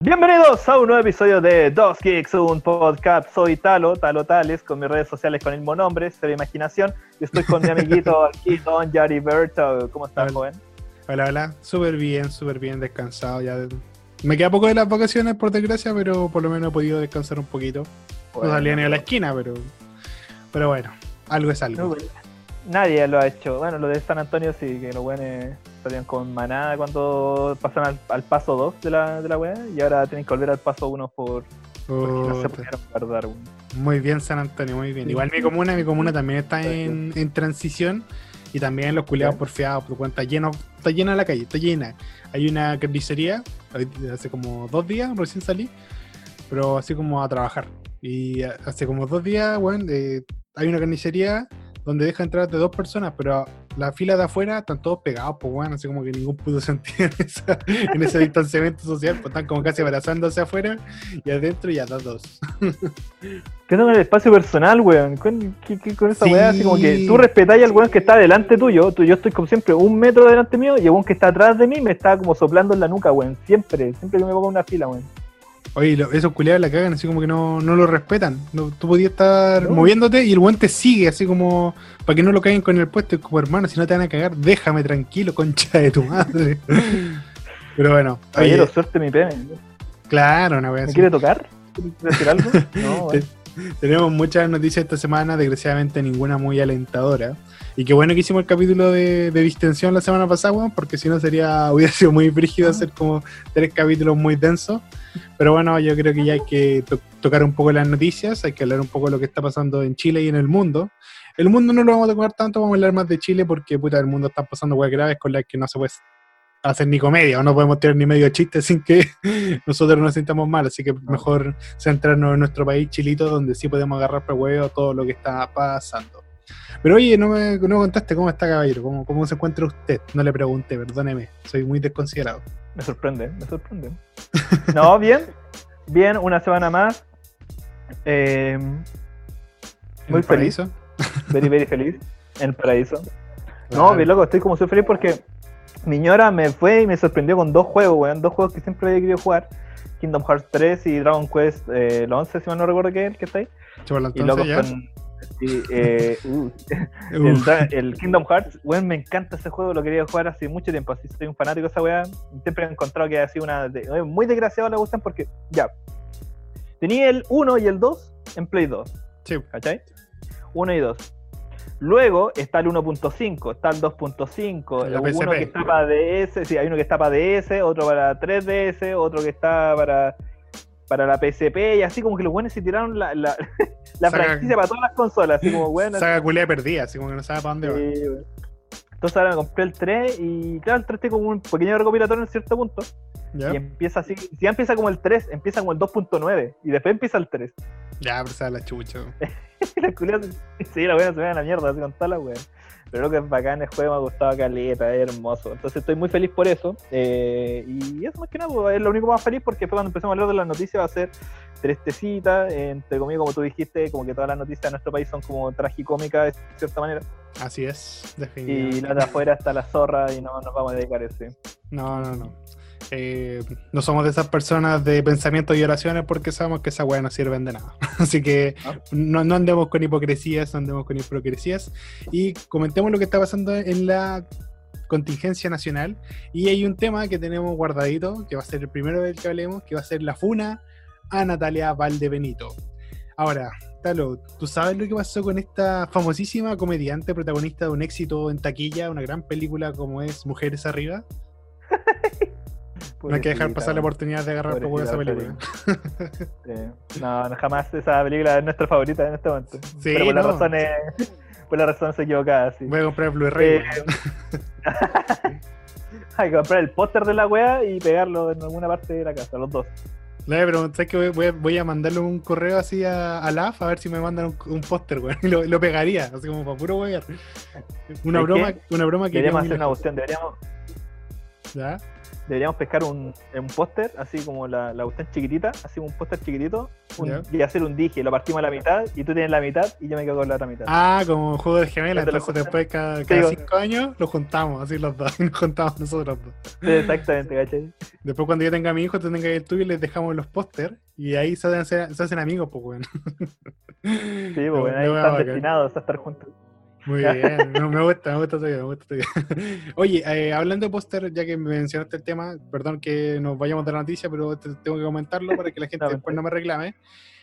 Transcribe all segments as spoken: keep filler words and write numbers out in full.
Bienvenidos a un nuevo episodio de Dos Geeks, un podcast. Soy Talo, Talo Tales, con mis redes sociales con el mismo nombre, Cero Imaginación. Y estoy con mi amiguito aquí, Don Yari Berto. ¿Cómo estás, joven? Hola, hola. Súper bien, súper bien, descansado ya. Me queda poco de las vacaciones, por desgracia, pero por lo menos he podido descansar un poquito. Bueno, no salía ni a la esquina, pero pero bueno, algo es algo. No, nadie lo ha hecho. Bueno, lo de San Antonio sí, que los buenos salían con manada cuando pasan al, al paso dos de la, de la wea, y ahora tienen que volver al paso uno por, porque no se pudieron guardar. Wey. Muy bien, San Antonio, muy bien. Igual mi comuna, mi comuna también está en, en transición, y también los culiados porfiados, por cuenta, está lleno, está llena la calle, está llena. Hay una carnicería, hace como dos días, recién salí, pero así como a trabajar. Y hace como dos días, bueno, eh, hay una carnicería donde deja entrar de dos personas, pero la fila de afuera están todos pegados, pues bueno, así como que ningún puto sentido en, esa, en ese distanciamiento social, pues están como casi abrazándose afuera y adentro ya dos dos. ¿Qué onda con el espacio personal, weón? ¿Con, qué, qué, con esa sí. weá? Así como que tú respetáis al weón que está delante tuyo, tú, yo estoy como siempre un metro delante mío, y el weón que está atrás de mí me está como soplando en la nuca, weón, siempre, siempre que me pongo en una fila, weón. Oye, lo, esos culiados la cagan, así como que no, no lo respetan. No, tú podías estar no. moviéndote y el weón te sigue, así como para que no lo caguen con el puesto. Como, hermano, si no te van a cagar, déjame tranquilo, concha de tu madre. Pero bueno. Oye, suerte mi pene. Claro, una wea ¿Me así. quiere tocar? ¿Quiere decir algo? No, bueno. Tenemos muchas noticias esta semana, desgraciadamente ninguna muy alentadora. Y qué bueno que hicimos el capítulo de, de distensión la semana pasada, bueno, porque si no sería hubiera sido muy brígido hacer como tres capítulos muy densos. Pero bueno, yo creo que ya hay que to- tocar un poco las noticias, hay que hablar un poco de lo que está pasando en Chile y en el mundo. El mundo no lo vamos a tocar tanto, vamos a hablar más de Chile porque puta, el mundo está pasando cosas graves con las que no se puede hacer ni comedia, o no podemos tener ni medio chiste sin que nosotros nos sintamos mal, así que mejor centrarnos en nuestro país chilito, donde sí podemos agarrar por huevo todo lo que está pasando. Pero oye, no me, no me contaste cómo está, caballero, cómo, cómo se encuentra usted. No le pregunté, perdóneme, soy muy desconsiderado. Me sorprende, me sorprende. No, bien, bien, una semana más. Eh, muy feliz. Very, very feliz. En el paraíso. Claro. No, bien loco, estoy como súper feliz porque mi ñora me fue y me sorprendió con dos juegos, weón. Dos juegos que siempre había querido jugar. Kingdom Hearts tres y Dragon Quest eh, el once, si mal no recuerdo que es el que está ahí. Y loco con... Sí, eh, uh, el, el Kingdom Hearts, weón, me encanta ese juego, lo quería jugar hace mucho tiempo, así soy un fanático de esa weá. Siempre he encontrado que ha sido una de, muy desgraciado, le gustan porque, ya, tenía el uno y el dos en Play dos, sí. ¿Cachai? uno y dos. Luego está el uno punto cinco, está el dos punto cinco, uno que está para D S, sí, hay uno que está para D S, otro para tres D S, otro que está para... para la P S P, y así como que los buenos se tiraron la, la, la saga, franquicia para todas las consolas, así como bueno. Saga culea perdida, así como que no sabe para dónde sí, va. Bueno. Entonces ahora me compré el tres, y claro, el tres tiene como un pequeño recopilatorio en cierto punto. ¿Ya? Y empieza así, si ya empieza como el tres, empieza como el dos punto nueve, y después empieza el tres. Ya, pero sabe la chucha. La culea, sí, la buena se ve a la mierda, así con toda la wea. Pero lo que es bacán el juego, me ha gustado caleta, es hermoso. Entonces estoy muy feliz por eso. Eh, y eso más que nada, pues, es lo único más feliz porque después cuando empecemos a hablar de las noticias va a ser tristecita, eh, entre comillas, como tú dijiste, como que todas las noticias de nuestro país son como tragicómicas de cierta manera. Así es, definitivamente. Y las de afuera está la zorra y no nos vamos a dedicar a eso. No, no, no. Eh, no somos de esas personas de pensamientos y oraciones porque sabemos que esas weas no sirven de nada. Así que no, no andemos con hipocresías, no andemos con hipocresías y comentemos lo que está pasando en la contingencia nacional. Y hay un tema que tenemos guardadito, que va a ser el primero del que hablemos, que va a ser la funa a Natalia Valdebenito. Ahora, Talo, ¿tú sabes lo que pasó con esta famosísima comediante protagonista de un éxito en taquilla, una gran película como es Mujeres Arriba? No hay que dejar pasar la oportunidad de agarrar por esa película. Sí. No, no, jamás esa película es nuestra favorita en este momento. Sí, pero por no. las razones, por las razones equivocadas. Sí. Voy a comprar el Blu-ray. Eh, hay que comprar el póster de la wea y pegarlo en alguna parte de la casa, los dos. No, pero sabes que voy, voy, voy a mandarle un correo así a, a la A F a ver si me mandan un, un póster, güey. Lo, lo pegaría, así como para puro wear. Una broma, una broma que deberíamos hacer una cuestión, deberíamos. ¿Ya? deberíamos pescar un, un póster, así como la, la cuestión chiquitita, así un póster chiquitito, un, Ya. y hacer un dije, lo partimos a la mitad, y tú tienes la mitad, y yo me quedo con la otra mitad. Ah, como juego de gemelas, Te lo entonces juntan. después cada, Sí, cada digo- cinco años lo juntamos, así los dos, y nos juntamos nosotros dos. Sí, exactamente, ¿cachai? Después cuando yo tenga a mi hijo, tú tengas el tuyo, les dejamos los póster y ahí se hacen, se hacen amigos, pues bueno. Sí, pues bueno, ahí están destinados a estar juntos. Muy bien, no, me gusta, me gusta tu idea, me gusta tu idea. Oye, eh, hablando de póster, ya que mencionaste el tema, perdón que nos vayamos de la noticia, pero te- tengo que comentarlo para que la gente No, después no me reclame.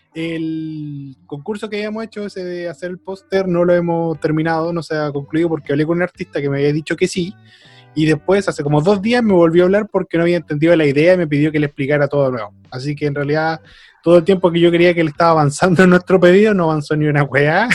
El concurso que habíamos hecho, ese de hacer el póster, no lo hemos terminado, no se ha concluido porque hablé con un artista que me había dicho que sí, y después, hace como dos días, me volvió a hablar porque no había entendido la idea y me pidió que le explicara todo de nuevo. Así que en realidad, todo el tiempo que yo creía que él estaba avanzando en nuestro pedido, no avanzó ni una weá.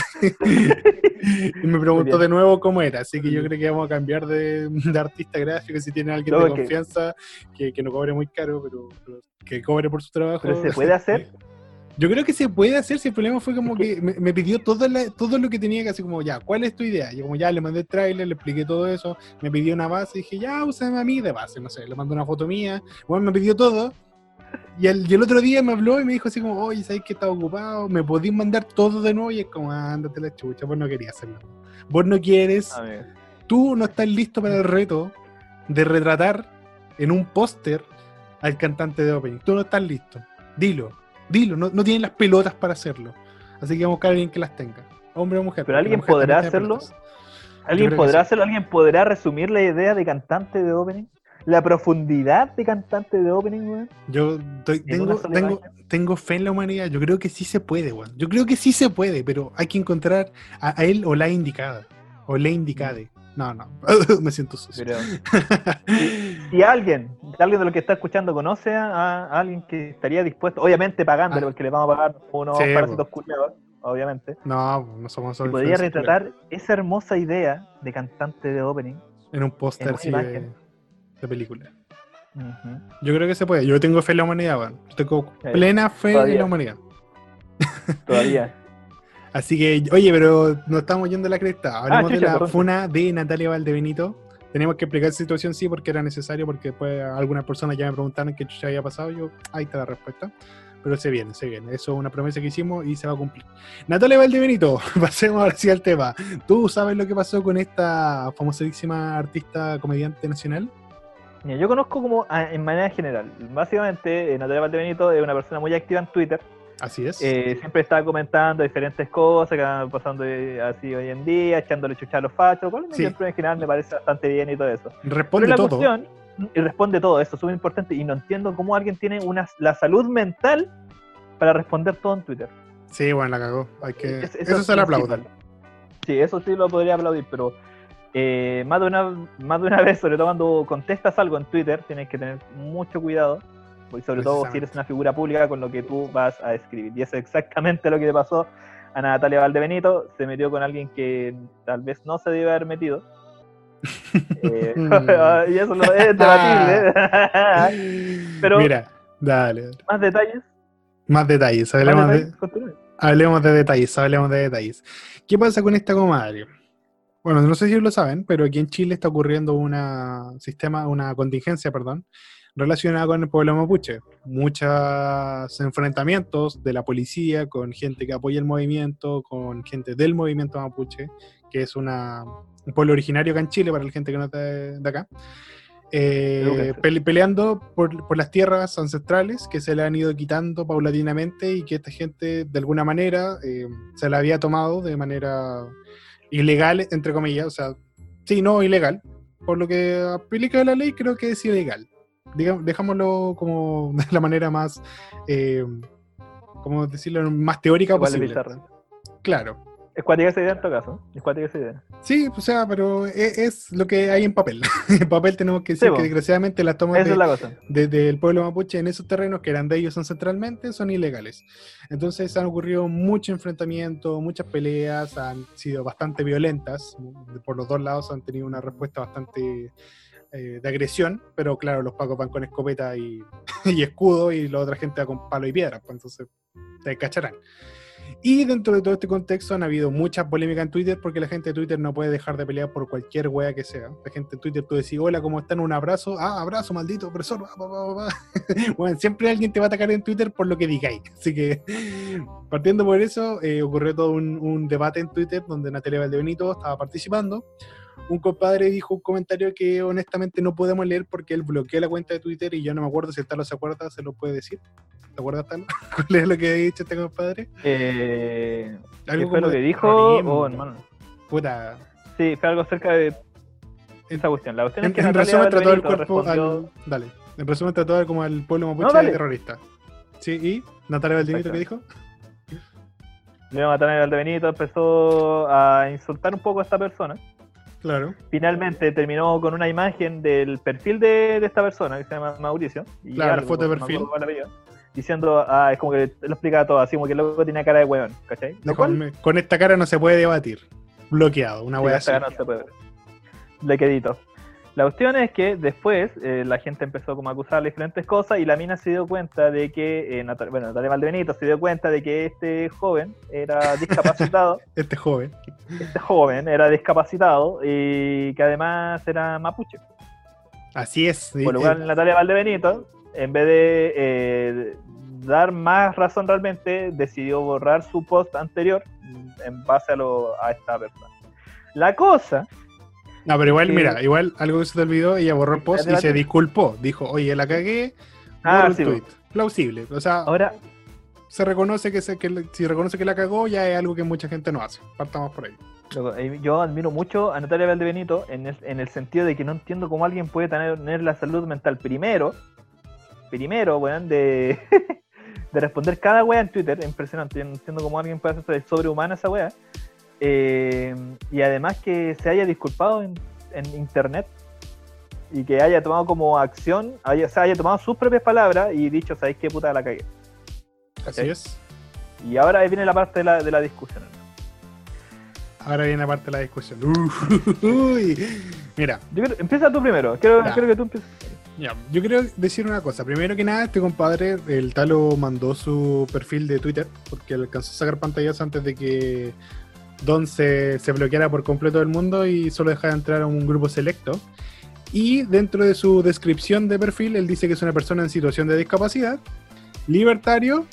Y me preguntó de nuevo cómo era, así que yo creo que vamos a cambiar de, de artista gráfico. Si tiene alguien de No, que- confianza que, que no cobre muy caro, pero, pero que cobre por su trabajo. Pero se puede hacer. Yo creo que se puede hacer, si el problema fue como Es que- que me, me pidió todo, la- todo lo que tenía que hacer, como ya, ¿cuál es tu idea? Yo como ya le mandé el tráiler, le expliqué todo eso, me pidió una base, y dije, ya, úsame a mí de base, no sé, le mandé una foto mía, bueno, me pidió todo, y el, y el otro día me habló y me dijo así como, oye, ¿sabes que estaba ocupado? ¿Me podís mandar todo de nuevo? Y es como, ándate la chucha, vos no querías hacerlo. Vos no quieres, A ver. tú no estás listo para el reto de retratar en un póster al cantante de opening. Tú no estás listo. Dilo, dilo. No, no tienen las pelotas para hacerlo. Así que vamos a buscar a alguien que las tenga. Hombre o mujer. Pero porque alguien la mujer podrá también tiene hacerlo. pelotas. ¿Alguien creo que podrá sí. hacerlo? ¿Alguien podrá resumir la idea de cantante de opening? La profundidad de cantante de opening, weón. Yo doy- ¿En una tengo, sola tengo, imagen? tengo fe en la humanidad. Yo creo que sí se puede, weón. Yo creo que sí se puede, pero hay que encontrar a, a él o la indicada. O la indicade. No, no. Me siento sucio. Pero si alguien, si alguien de los que está escuchando conoce a, a alguien que estaría dispuesto, obviamente pagándole, Ah. porque le vamos a pagar unos Sí, parásitos culiados, obviamente, No, no somos y solo podría influencers, retratar esa hermosa idea de cantante de opening. en un en póster una así de, imagen. de película. Ujú. Yo creo que se puede. Yo tengo fe en la humanidad, weón. Tengo Eh, plena fe todavía. en la humanidad. Todavía. Así que, oye, pero nos estamos yendo a la cresta. Hablemos chucha, de la perdón. funa de Natalia Valdebenito. Tenemos que explicar la situación, sí, porque era necesario, porque después algunas personas ya me preguntaron qué chucha había pasado. Yo, ahí está la respuesta. Pero se viene, se viene. Eso es una promesa que hicimos y se va a cumplir. Natalia Valdebenito, pasemos ahora sí al tema. ¿Tú sabes lo que pasó con esta famosísima artista comediante nacional? Mira, yo conozco como a- en manera general. Básicamente, eh, Natalia Valdebenito es una persona muy activa en Twitter. Así es. Eh, siempre está comentando diferentes cosas que van pasando eh, así hoy en día, echándole chucha a los fachos, cual Sí. siempre en general me parece bastante bien y todo eso. Responde Pero la todo. cuestión, y responde todo, eso es súper importante, y no entiendo cómo alguien tiene una, la salud mental para responder todo en Twitter. Sí, bueno, la cagó. Hay que... Es- Eso, es se le aplaude. principal. Sí, eso sí lo podría aplaudir, pero eh, más, de una, más de una vez, sobre todo cuando contestas algo en Twitter, tienes que tener mucho cuidado, y sobre todo si eres una figura pública con lo que tú vas a escribir. Y eso es exactamente lo que le pasó a Natalia Valdebenito. Se metió con alguien que tal vez no se debe haber metido. Eh, y eso lo, es debatible. Pero mira, dale, dale. más detalles. Más detalles, Más hablemos, detalles, de, continúe. hablemos de detalles, hablemos de detalles. ¿Qué pasa con esta comadre? Bueno, no sé si lo saben, pero aquí en Chile está ocurriendo una sistema, una contingencia, perdón, relacionada con el pueblo mapuche. Muchos enfrentamientos de la policía con gente que apoya el movimiento, con gente del movimiento mapuche, que es una, un pueblo originario acá en Chile, para la gente que no está de, de acá. Eh, pele peleando por, por las tierras ancestrales que se le han ido quitando paulatinamente y que esta gente de alguna manera eh, se la había tomado de manera ilegal, entre comillas, o sea, sí, no ilegal, por lo que aplica la ley creo que es ilegal. Digamos, dejámoslo como de la manera más, eh, ¿cómo decirlo?, más teórica Igual posible. de bizarra. Claro. Es cuática esa idea en todo caso. Es cuática esa idea. Sí, o sea, pero es, es lo que hay en papel. En papel tenemos que decir Sí, que po. desgraciadamente las tomas Esa de, es la cosa. de- del pueblo mapuche en esos terrenos que eran de ellos ancestralmente son ilegales. Entonces han ocurrido muchos enfrentamientos, muchas peleas, han sido bastante violentas. Por los dos lados han tenido una respuesta bastante eh, de agresión, pero claro, los pacos van con escopeta y, y escudo y la otra gente va con palo y piedra, pues entonces te cacharán. Y dentro de todo este contexto han habido mucha polémica en Twitter porque la gente de Twitter no puede dejar de pelear por cualquier wea que sea. La gente de Twitter, tú decís, hola, ¿cómo están? Un abrazo. Ah, abrazo, maldito opresor. Pa, pa, pa, pa. Bueno, siempre alguien te va a atacar en Twitter por lo que digáis. Así que, partiendo por eso, eh, ocurrió todo un, un debate en Twitter donde Natalia Valdebenito estaba participando. Un compadre dijo un comentario que honestamente no podemos leer porque él bloqueó la cuenta de Twitter y yo no me acuerdo si el Talo se acuerda, se lo puede decir. ¿Te acuerdas, Talo? ¿Cuál es lo que ha dicho este compadre? Eh, ¿Qué fue lo que dijo? Oh, hermano. Puta. Sí, fue algo acerca de esa cuestión. La cuestión en, es que en Natalia resumen trató el cuerpo respondió... al... Dale. En resumen trató como al pueblo mapuche no, de terrorista. Sí, y Natalia Valdebenito, ¿qué dijo? Natalia Valdebenito empezó a insultar un poco a esta persona. Claro. Finalmente terminó con una imagen del perfil de, de esta persona que se llama Mauricio. Y claro, algo, la foto de perfil. Diciendo, ah, es como que lo explicaba todo, así como que luego tenía cara de hueón, ¿cachai? Dijo, cual, con esta cara no se puede debatir. Bloqueado, una hueá así. No se puede. Le quedito. La cuestión es que después eh, la gente empezó como a acusarle diferentes cosas y la mina se dio cuenta de que, eh, Nat- bueno, Natalia Valdebenito se dio cuenta de que este joven era discapacitado. este joven. Este joven era discapacitado y que además era mapuche. Así es. Por lo cual, Natalia Valdebenito, en vez de eh, dar más razón realmente, decidió borrar su post anterior en base a, lo, a esta persona. La cosa... No, pero igual, que... mira, igual algo que se te olvidó, ella borró el post y se disculpó. Dijo, oye, la cagué, borró ah, el sí, tweet. Plausible. O sea, ahora se reconoce que, se, que si reconoce que la cagó, ya es algo que mucha gente no hace. Partamos por ahí. Yo admiro mucho a Natalia Valdebenito en el, en el sentido de que no entiendo cómo alguien puede tener, tener la salud mental primero, primero, weón, de, de responder cada wea en Twitter. Es impresionante. Yo no entiendo cómo alguien puede hacer sobrehumana esa wea. Eh, y además que se haya disculpado en, en internet y que haya tomado como acción, haya, o sea, haya tomado sus propias palabras y dicho, ¿sabéis qué puta la cagué? Así ¿okay? es. Y ahora ahí viene la parte de la, de la discusión, ¿no? Ahora viene la parte de la discusión. Uh, uy. Mira. Yo creo, empieza tú primero. Quiero, quiero que tú empieces. Ya, yo quiero decir una cosa. Primero que nada, este compadre, el Talo mandó su perfil de Twitter porque alcanzó a sacar pantallas antes de que Don se, se bloqueara por completo del mundo y solo dejara entrar a un grupo selecto. Y dentro de su descripción de perfil, él dice que es una persona en situación de discapacidad, libertario,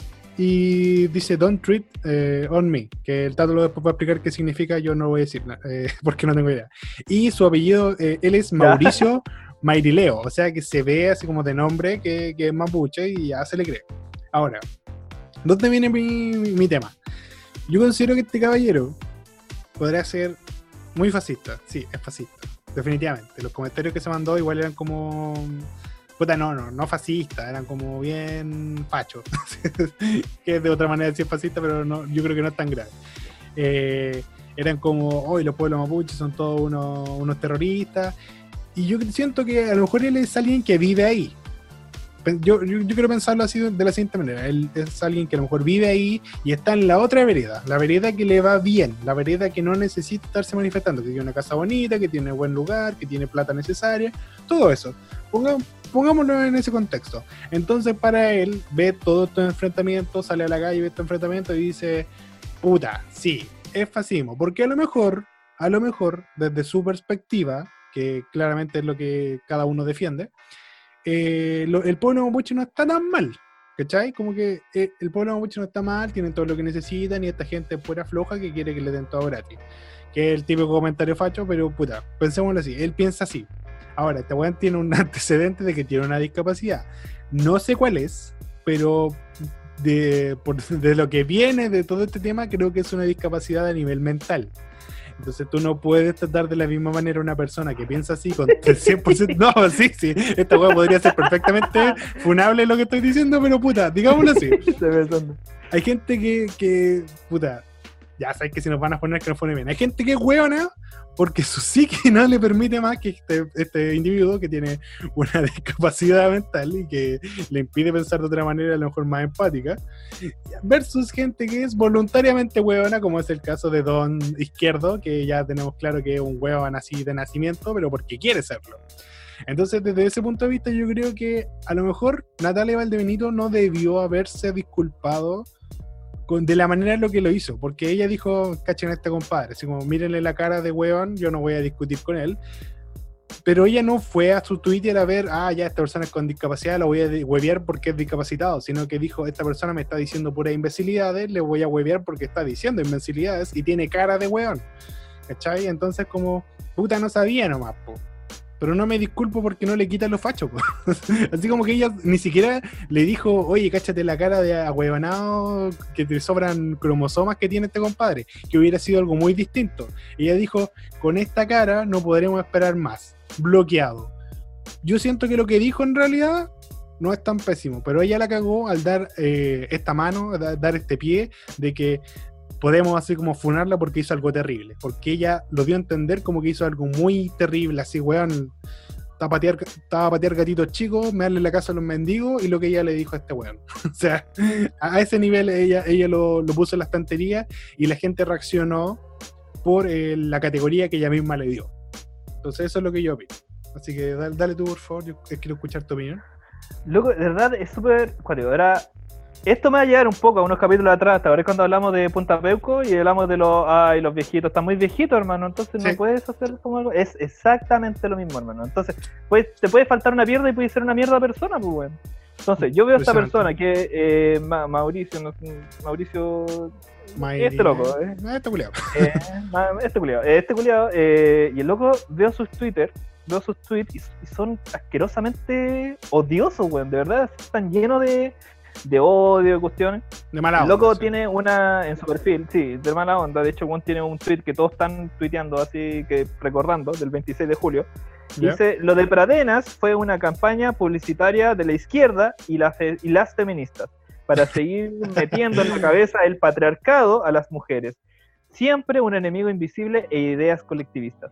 y dice don't treat eh, on me, que el Tato lo después va a explicar qué significa, yo no lo voy a decir, eh, porque no tengo idea. Y su apellido, eh, él es Mauricio Mairileo, o sea que se ve así como de nombre que, que es mapuche y ya se le cree. Ahora, ¿dónde viene mi, mi, mi tema? Yo considero que este caballero podría ser muy fascista. Sí, es fascista, definitivamente. Los comentarios que se mandó igual eran como... Puta, no, no, no fascista, eran como bien fachos. Que de otra manera sí es fascista, pero no, yo creo que no es tan grave. Eh, eran como, hoy oh, los pueblos mapuches son todos unos, unos terroristas. Y yo siento que a lo mejor él es alguien que vive ahí. Yo, yo, yo quiero pensarlo así de la siguiente manera. Él es alguien que a lo mejor vive ahí y está en la otra vereda, la vereda que le va bien, la vereda que no necesita estarse manifestando, que tiene una casa bonita, que tiene buen lugar, que tiene plata necesaria, todo eso. Ponga, pongámoslo en ese contexto. Entonces para él ve todos estos enfrentamientos, sale a la calle, ve estos enfrentamientos y dice, puta, sí, es fascismo, porque a lo mejor, a lo mejor desde su perspectiva, que claramente es lo que cada uno defiende, Eh, lo, el pueblo mapuche no está tan mal, ¿cachai? Como que eh, el pueblo mapuche no está mal, tienen todo lo que necesitan y esta gente es pura floja que quiere que le den todo gratis, que es el típico comentario facho, pero puta, pensémoslo así, él piensa así. Ahora, este weón tiene un antecedente de que tiene una discapacidad, no sé cuál es, pero de, por, de lo que viene de todo este tema, creo que es una discapacidad a nivel mental. Entonces tú no puedes tratar de la misma manera a una persona que piensa así con el cien por ciento. No, sí, sí, esta weá podría ser perfectamente funable lo que estoy diciendo, pero puta, digámoslo así. Hay gente que, que, puta, ya sabes que si nos van a poner que nos pone bien. Hay gente que es hueona porque su psique no le permite más que este, este individuo que tiene una discapacidad mental y que le impide pensar de otra manera, a lo mejor más empática, versus gente que es voluntariamente huevona, como es el caso de Don Izquierdo, que ya tenemos claro que es un huevón así de nacimiento, pero porque quiere serlo. Entonces, desde ese punto de vista, yo creo que a lo mejor Natalia Valdebenito no debió haberse disculpado de la manera en lo que lo hizo, porque ella dijo, cachen a este compadre, así como mírenle la cara de huevón, yo no voy a discutir con él, pero ella no fue a su Twitter a ver, ah, ya esta persona es con discapacidad, la voy a huevear porque es discapacitado, sino que dijo, esta persona me está diciendo puras imbecilidades, le voy a huevear porque está diciendo imbecilidades y tiene cara de huevón, ¿cachai? Entonces como, puta, no sabía nomás, po. Pero no me disculpo porque no le quitan los fachos, po. Así como que ella ni siquiera le dijo, oye, cáchate la cara de ahuevanado, que te sobran cromosomas que tiene este compadre, que hubiera sido algo muy distinto. Ella dijo, con esta cara no podremos esperar más, bloqueado. Yo siento que lo que dijo en realidad no es tan pésimo, pero ella la cagó al dar eh, esta mano, da, dar este pie de que podemos así como funarla porque hizo algo terrible, porque ella lo dio a entender como que hizo algo muy terrible, así, weón, estaba a patear, estaba a patear gatitos chicos, me darle la casa a los mendigos, y lo que ella le dijo a este weón. O sea, a ese nivel ella, ella lo, lo puso en la estantería y la gente reaccionó por eh, la categoría que ella misma le dio. Entonces eso es lo que yo opino. Así que dale, dale tú, por favor, yo quiero escuchar tu opinión. Loco, de verdad es súper cuático. Era... Esto me va a llevar un poco a unos capítulos atrás, hasta ahora es cuando hablamos de Punta Peuco y hablamos de los, ay, los viejitos, están muy viejitos, hermano, entonces sí. No puedes hacer como algo, es exactamente lo mismo, hermano, entonces pues, te puede faltar una mierda y puedes ser una mierda persona, pues, bueno. Entonces, yo veo a esta persona que, eh, Ma- Mauricio, no, Mauricio, Mayri, este loco, eh, este culiado, eh, este culiado, este culiado, eh, y el loco, veo sus Twitter, veo sus tweets y, y son asquerosamente odiosos, weón, de verdad, están llenos de de odio, de cuestiones. De mala onda. El loco sí. Tiene una en su perfil, sí, de mala onda. De hecho, Juan tiene un tweet que todos están tuiteando, así que recordando, del veintiséis de julio. Yeah. Dice: lo de Pradenas fue una campaña publicitaria de la izquierda y, la fe, y las feministas para seguir metiendo en la cabeza el patriarcado a las mujeres. Siempre un enemigo invisible e ideas colectivistas.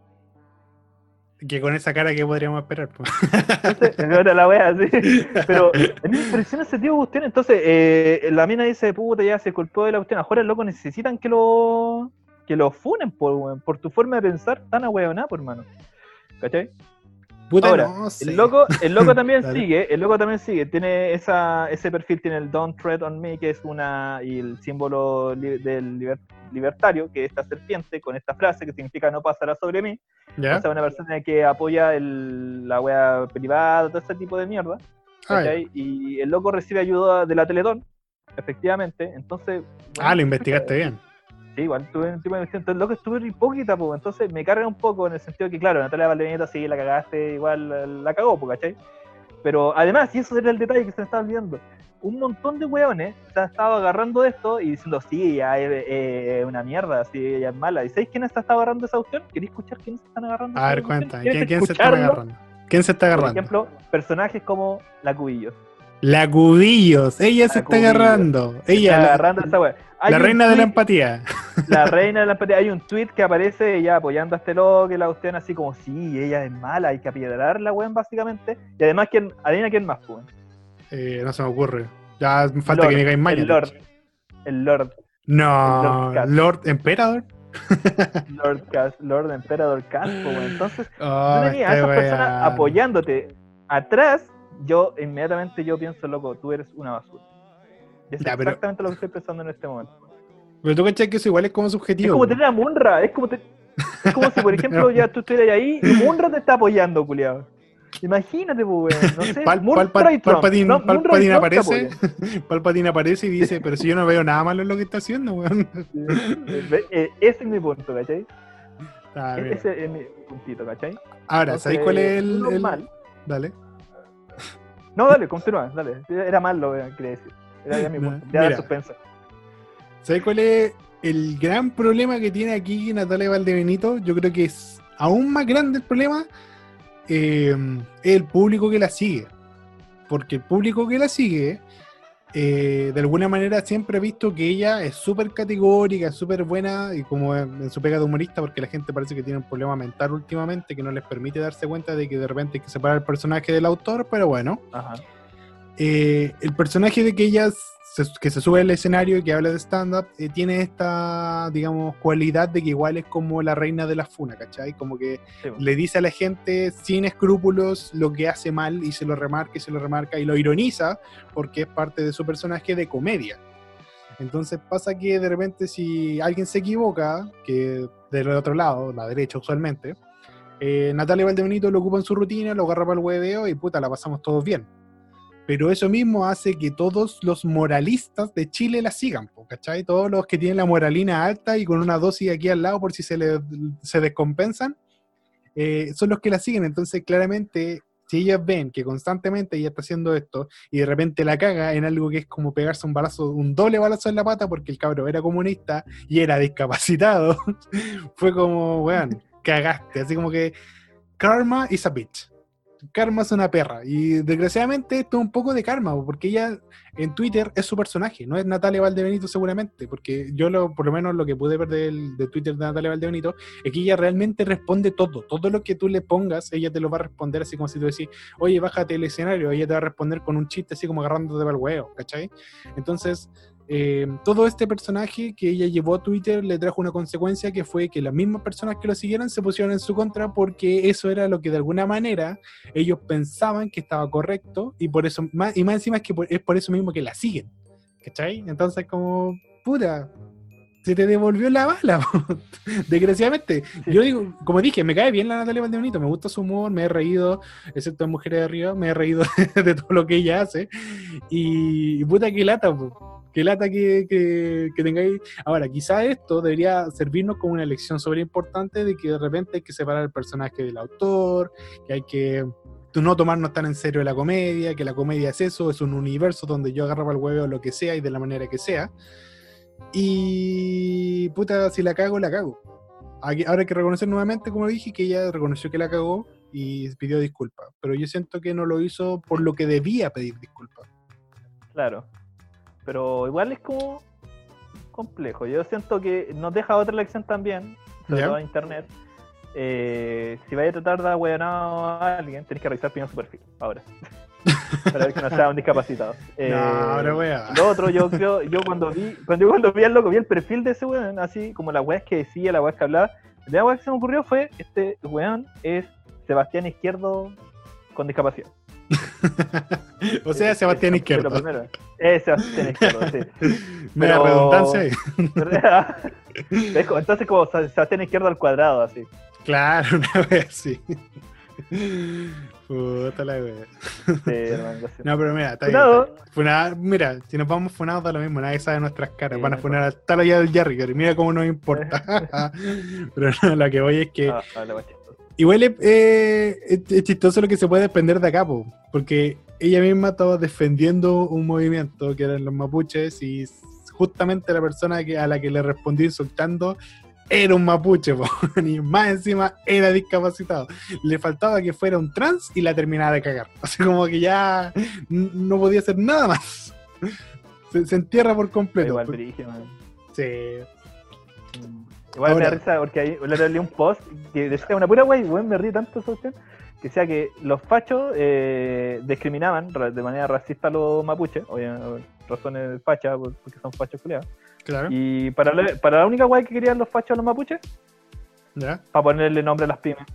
Que con esa cara que podríamos esperar, pues. Entonces, era la wea, sí. Pero a mí me impresiona ese tipo de cuestión. Entonces, eh, la mina dice, puta, ya se culpó de la cuestión. Ahora el loco necesitan que lo que lo funen por, por tu forma de pensar tan ahueonada, por hermano. ¿Cachai? Puta, ahora, no sé. el loco, el loco también sigue, el loco también sigue, tiene esa, ese perfil, tiene el Don't Tread on Me, que es una, y el símbolo li, del liber, libertario, que es esta serpiente, con esta frase que significa no pasará sobre mí. ¿Ya? O sea, una persona que apoya el, la wea privada, todo ese tipo de mierda. Ay. Y el loco recibe ayuda de la Teletón, efectivamente, entonces... Bueno, ah, lo investigaste eh, bien. Sí, igual tuve un tipo de investigación, entonces, loco, estuve hipócrita, pues, entonces me carga un poco en el sentido que, claro, Natalia Valdebenito sí, la cagaste, igual la, la cagó, pues, ¿cachai? Pero además, y eso era el detalle que se me estaba olvidando, un montón de hueones se han estado agarrando de esto y diciendo, sí, ya es eh, una mierda, sí, ella es mala. ¿Y sabéis quién se está agarrando esa cuestión? ¿Queréis escuchar quién se están agarrando? A ver, cuenta, ¿quién, ¿quién se está agarrando? ¿Quién se está agarrando? Por ejemplo, personajes como la Cubillos. La Cubillos, ella la se está Cubillos. agarrando. Ella, está la, agarrando esa wea. La reina tweet, de la empatía. La reina de la empatía. Hay un tweet que aparece ella apoyando a este loco, que la cuestión así como, sí, ella es mala, hay que apiedrarla, weón, básicamente. Y además, ¿quién, adivina quién más, weón? Eh, no se me ocurre. Ya me falta Lord, que me caigan maña. El Lord. El Lord. No, el Lord, Lord Emperador. Lord Cass, Lord Emperador Cass, weón. Entonces, oh, tú tenías a esas personas apoyándote atrás. Yo, inmediatamente, yo pienso, loco, tú eres una basura. Es ya, exactamente pero... lo que estoy pensando en este momento. Pero tú cachai que eso igual es como subjetivo. Es como tener a Munra, es como, te... es como si, por ejemplo, ya tú estuvieras ahí y Munra te está apoyando, culiado. Imagínate, pues, weón, no sé, Pal, Munra Pal, y Trump. Palpatine, No, Palpatine aparece, Palpatine aparece y dice, pero si yo no veo nada malo en lo que está haciendo, weón. Ese es mi punto, ¿cachai? Ah, ese es mi puntito, ¿cachai? Ahora, ¿sabes cuál es el...? el... Mal. Dale. No, dale, continúa, dale. Era mal lo que quería decir. Era ya mi punto. Ya era suspenso. ¿Sabes cuál es el gran problema que tiene aquí Natalia Valdebenito? Yo creo que es aún más grande el problema. Eh, es el público que la sigue. Porque el público que la sigue, eh, de alguna manera siempre ha visto que ella es súper categórica, es súper buena, y como en su pega de humorista, porque la gente parece que tiene un problema mental últimamente que no les permite darse cuenta de que de repente hay que separar el personaje del autor, pero bueno. Ajá. Eh, el personaje de que ella se, que se sube al escenario y que habla de stand-up eh, tiene esta, digamos, cualidad de que igual es como la reina de la funa, ¿cachai? Como que sí, bueno. Le dice a la gente sin escrúpulos lo que hace mal y se lo remarca y se lo remarca y lo ironiza porque es parte de su personaje de comedia. Entonces pasa que de repente si alguien se equivoca, que del otro lado, la derecha usualmente, eh, Natalia Valdebenito lo ocupa en su rutina, lo agarra para el hueveo y puta, la pasamos todos bien. Pero eso mismo hace que todos los moralistas de Chile la sigan, ¿cachai? Todos los que tienen la moralina alta y con una dosis aquí al lado por si se, le, se descompensan, eh, son los que la siguen. Entonces claramente, si ellas ven que constantemente ella está haciendo esto y de repente la caga en algo que es como pegarse un balazo, un doble balazo en la pata porque el cabro era comunista y era discapacitado, fue como, weón, cagaste. Así como que karma is a bitch. Karma es una perra, y desgraciadamente esto es un poco de karma, porque ella en Twitter es su personaje, no es Natalia Valdebenito seguramente, porque yo lo, por lo menos lo que pude ver del, de Twitter de Natalia Valdebenito es que ella realmente responde todo, todo lo que tú le pongas, ella te lo va a responder así como si tú decís, oye, bájate el escenario, ella te va a responder con un chiste así como agarrándote para el huevo, ¿cachai? Entonces, Eh, todo este personaje que ella llevó a Twitter le trajo una consecuencia que fue que las mismas personas que lo siguieron se pusieron en su contra porque eso era lo que de alguna manera ellos pensaban que estaba correcto y por eso más, y más encima es que por, es por eso mismo que la siguen, ¿cachai? Entonces como, puta, se te devolvió la bala, desgraciadamente. Yo digo, como dije, me cae bien la Natalia Valdebenito, me gusta su humor, me he reído, excepto en Mujeres de Arriba, me he reído de todo lo que ella hace y, y puta que lata, po. Qué lata que, que, que tengáis. Ahora, quizá esto debería servirnos como una lección súper importante de que de repente hay que separar el personaje del autor, que hay que no tomarnos tan en serio la comedia, que la comedia es eso, es un universo donde yo agarro el huevo lo que sea y de la manera que sea. Y puta, si la cago, la cago. Ahora hay que reconocer nuevamente, como dije, que ella reconoció que la cagó y pidió disculpas. Pero yo siento que no lo hizo por lo que debía pedir disculpas. Claro. Pero igual es como complejo. Yo siento que nos deja otra lección también, sobre ¿Ya? todo en internet. Eh, si vais a tratar de ahueonar a alguien, tenés que revisar primero su perfil, ahora. Para ver que no sea un discapacitado. Eh, No, ahora wea. Lo otro, yo creo, yo cuando vi, cuando yo cuando vi al loco, vi el perfil de ese weón, así como las weas que decía, las weas que hablaba. La primera wea que se me ocurrió fue, este weón es Sebastián Izquierdo con discapacidad. O sea, Sebastián es, Izquierdo. Primero, es Sebastián Izquierdo, sí. Me da redundancia ahí. Entonces como Sebastián Izquierdo al cuadrado, así. Claro, una vez así. Puta la wea. Sí, hermano, sí. No, pero mira, está Funado. bien. Funado, mira, si nos vamos funados da lo mismo, nadie sabe nuestras caras. Sí, Van a funar al tal allá del Jerry, que mira cómo nos importa. Pero no, lo que voy es que Ah, vale, vale. igual es, eh, es, es chistoso lo que se puede desprender de acá, po, porque ella misma estaba defendiendo un movimiento que eran los mapuches y justamente la persona que, a la que le respondió insultando era un mapuche, po, y más encima era discapacitado. Le faltaba que fuera un trans y la terminaba de cagar. Así como que ya n- no podía hacer nada más. Se, se entierra por completo. Igual brillo, man. Sí. Igual Ahora, me da risa porque ahí le leí un post que decía una pura wey, weón, me rí tanto esa opción, que decía que los fachos eh, discriminaban de manera racista a los mapuches, obviamente, razones fachas, porque son fachos culiados. claro. Y para la, para la única wey que querían los fachos a los mapuches, ¿Ya? para ponerle nombre a las pymes.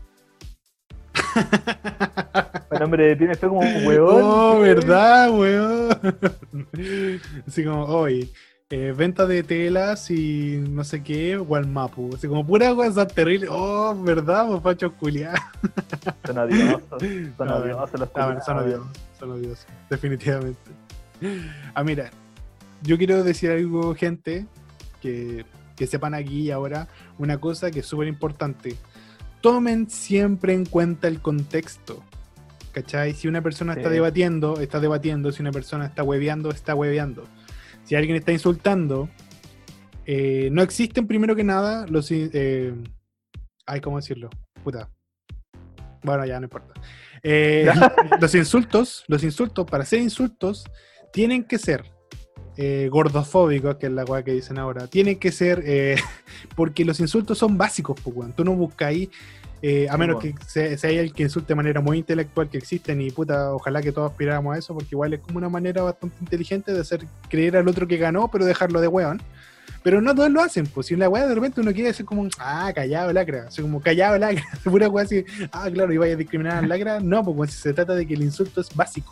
El nombre de pymes fue como un weón. Oh, verdad, weón. Así como, hoy, eh, venta de telas y no sé qué, Walmapu. Así como pura cosa terrible. Oh, verdad, pues facho culiado. Son odiosos, son No, odiosos los Ah, bueno, son culiados. odiosos, son odiosos, definitivamente. Ah, mira, yo quiero decir algo, gente, que, que sepan aquí y ahora una cosa que es súper importante. Tomen siempre en cuenta el contexto. ¿Cachai? Si una persona está Sí. debatiendo, está debatiendo. Si una persona está hueveando, está hueveando. Si alguien está insultando, eh, no existen primero que nada los... Eh, ay, ¿cómo decirlo? Puta. Bueno, ya no importa. Eh, los insultos, los insultos, para ser insultos, tienen que ser eh, gordofóbicos, que es la weá que dicen ahora. Tienen que ser, eh, porque los insultos son básicos, pues, weón. Tú no buscas ahí, eh, a Sí, menos bueno. que sea, sea el que insulte de manera muy intelectual que existen, y puta, ojalá que todos aspiráramos a eso, porque igual es como una manera bastante inteligente de hacer creer al otro que ganó, pero dejarlo de weón. Pero no todos lo hacen, pues si en la weá de repente uno quiere decir como, ah, callado lacra, así como callado lacra, pura weá así, ah, claro, y vaya a discriminar al lacra, no, pues si se trata de que el insulto es básico.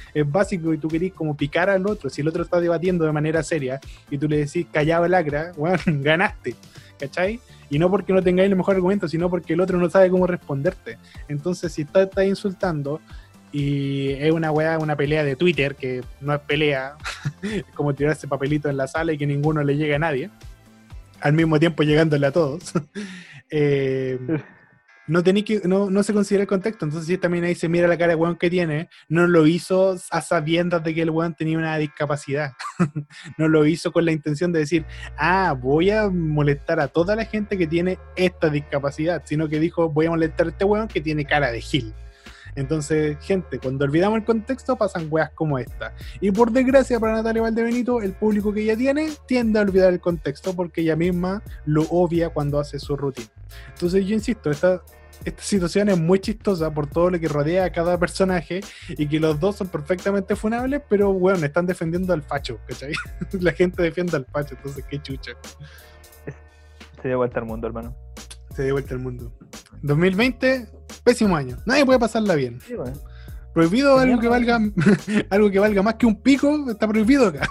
es básico y tú querís como picar al otro, si el otro está debatiendo de manera seria y tú le decís callado lacra, bueno, ganaste, ¿cachai? Y no porque no tengáis el mejor argumento, sino porque el otro no sabe cómo responderte. Entonces, si estás está insultando y es una weá, una pelea de Twitter, que no es pelea, es como tirar ese papelito en la sala y que ninguno le llegue a nadie, al mismo tiempo llegándole a todos, eh, no, tení que, no, no se considera el contexto. Entonces, si también ahí se mira la cara de weón que tiene, no lo hizo a sabiendas de que el weón tenía una discapacidad. No lo hizo con la intención de decir, ah, voy a molestar a toda la gente que tiene esta discapacidad, sino que dijo, voy a molestar a este weón que tiene cara de gil. Entonces, gente, cuando olvidamos el contexto pasan weas como esta. Y por desgracia para Natalia Valdebenito, el público que ella tiene tiende a olvidar el contexto porque ella misma lo obvia cuando hace su rutina. Entonces yo insisto, esta, esta situación es muy chistosa por todo lo que rodea a cada personaje y que los dos son perfectamente funables, pero bueno, están defendiendo al facho, ¿cachai? La gente defiende al facho, entonces qué chucha. Se dio vuelta al mundo, hermano. Se dio vuelta al mundo. dos mil veinte, pésimo año. Nadie puede pasarla bien. Sí, bueno. Prohibido algo que valga algo que valga más que un pico, está prohibido acá.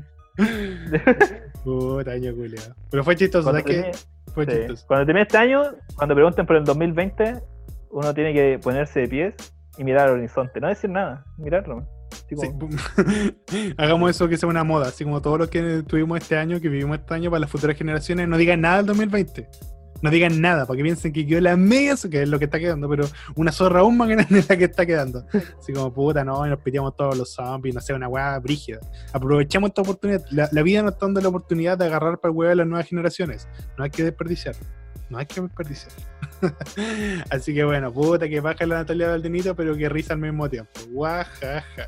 Puta año culiado. Pero fue chistoso, ¿sabes qué? Fue sí. chistoso. Cuando termine este año, cuando pregunten por el dos mil veinte, uno tiene que ponerse de pies y mirar al horizonte, no decir nada, mirarlo. Como... Sí. Hagamos eso que sea una moda, así como todos los que tuvimos este año, que vivimos este año, para las futuras generaciones, no digan nada del dos mil veinte. No digan nada, para que piensen que quedó la media, que es lo que está quedando, pero una zorra aún más grande es la que está quedando. Así como, puta, no, y nos piteamos todos los zombies, no sé, una weá brígida. Aprovechemos esta oportunidad. La, la vida nos está dando la oportunidad de agarrar para el huevo de las nuevas generaciones. No hay que desperdiciar. No hay que desperdiciar. Así que bueno, puta, que baja la Natalia Valdenito, pero que risa al mismo tiempo. Guajaja.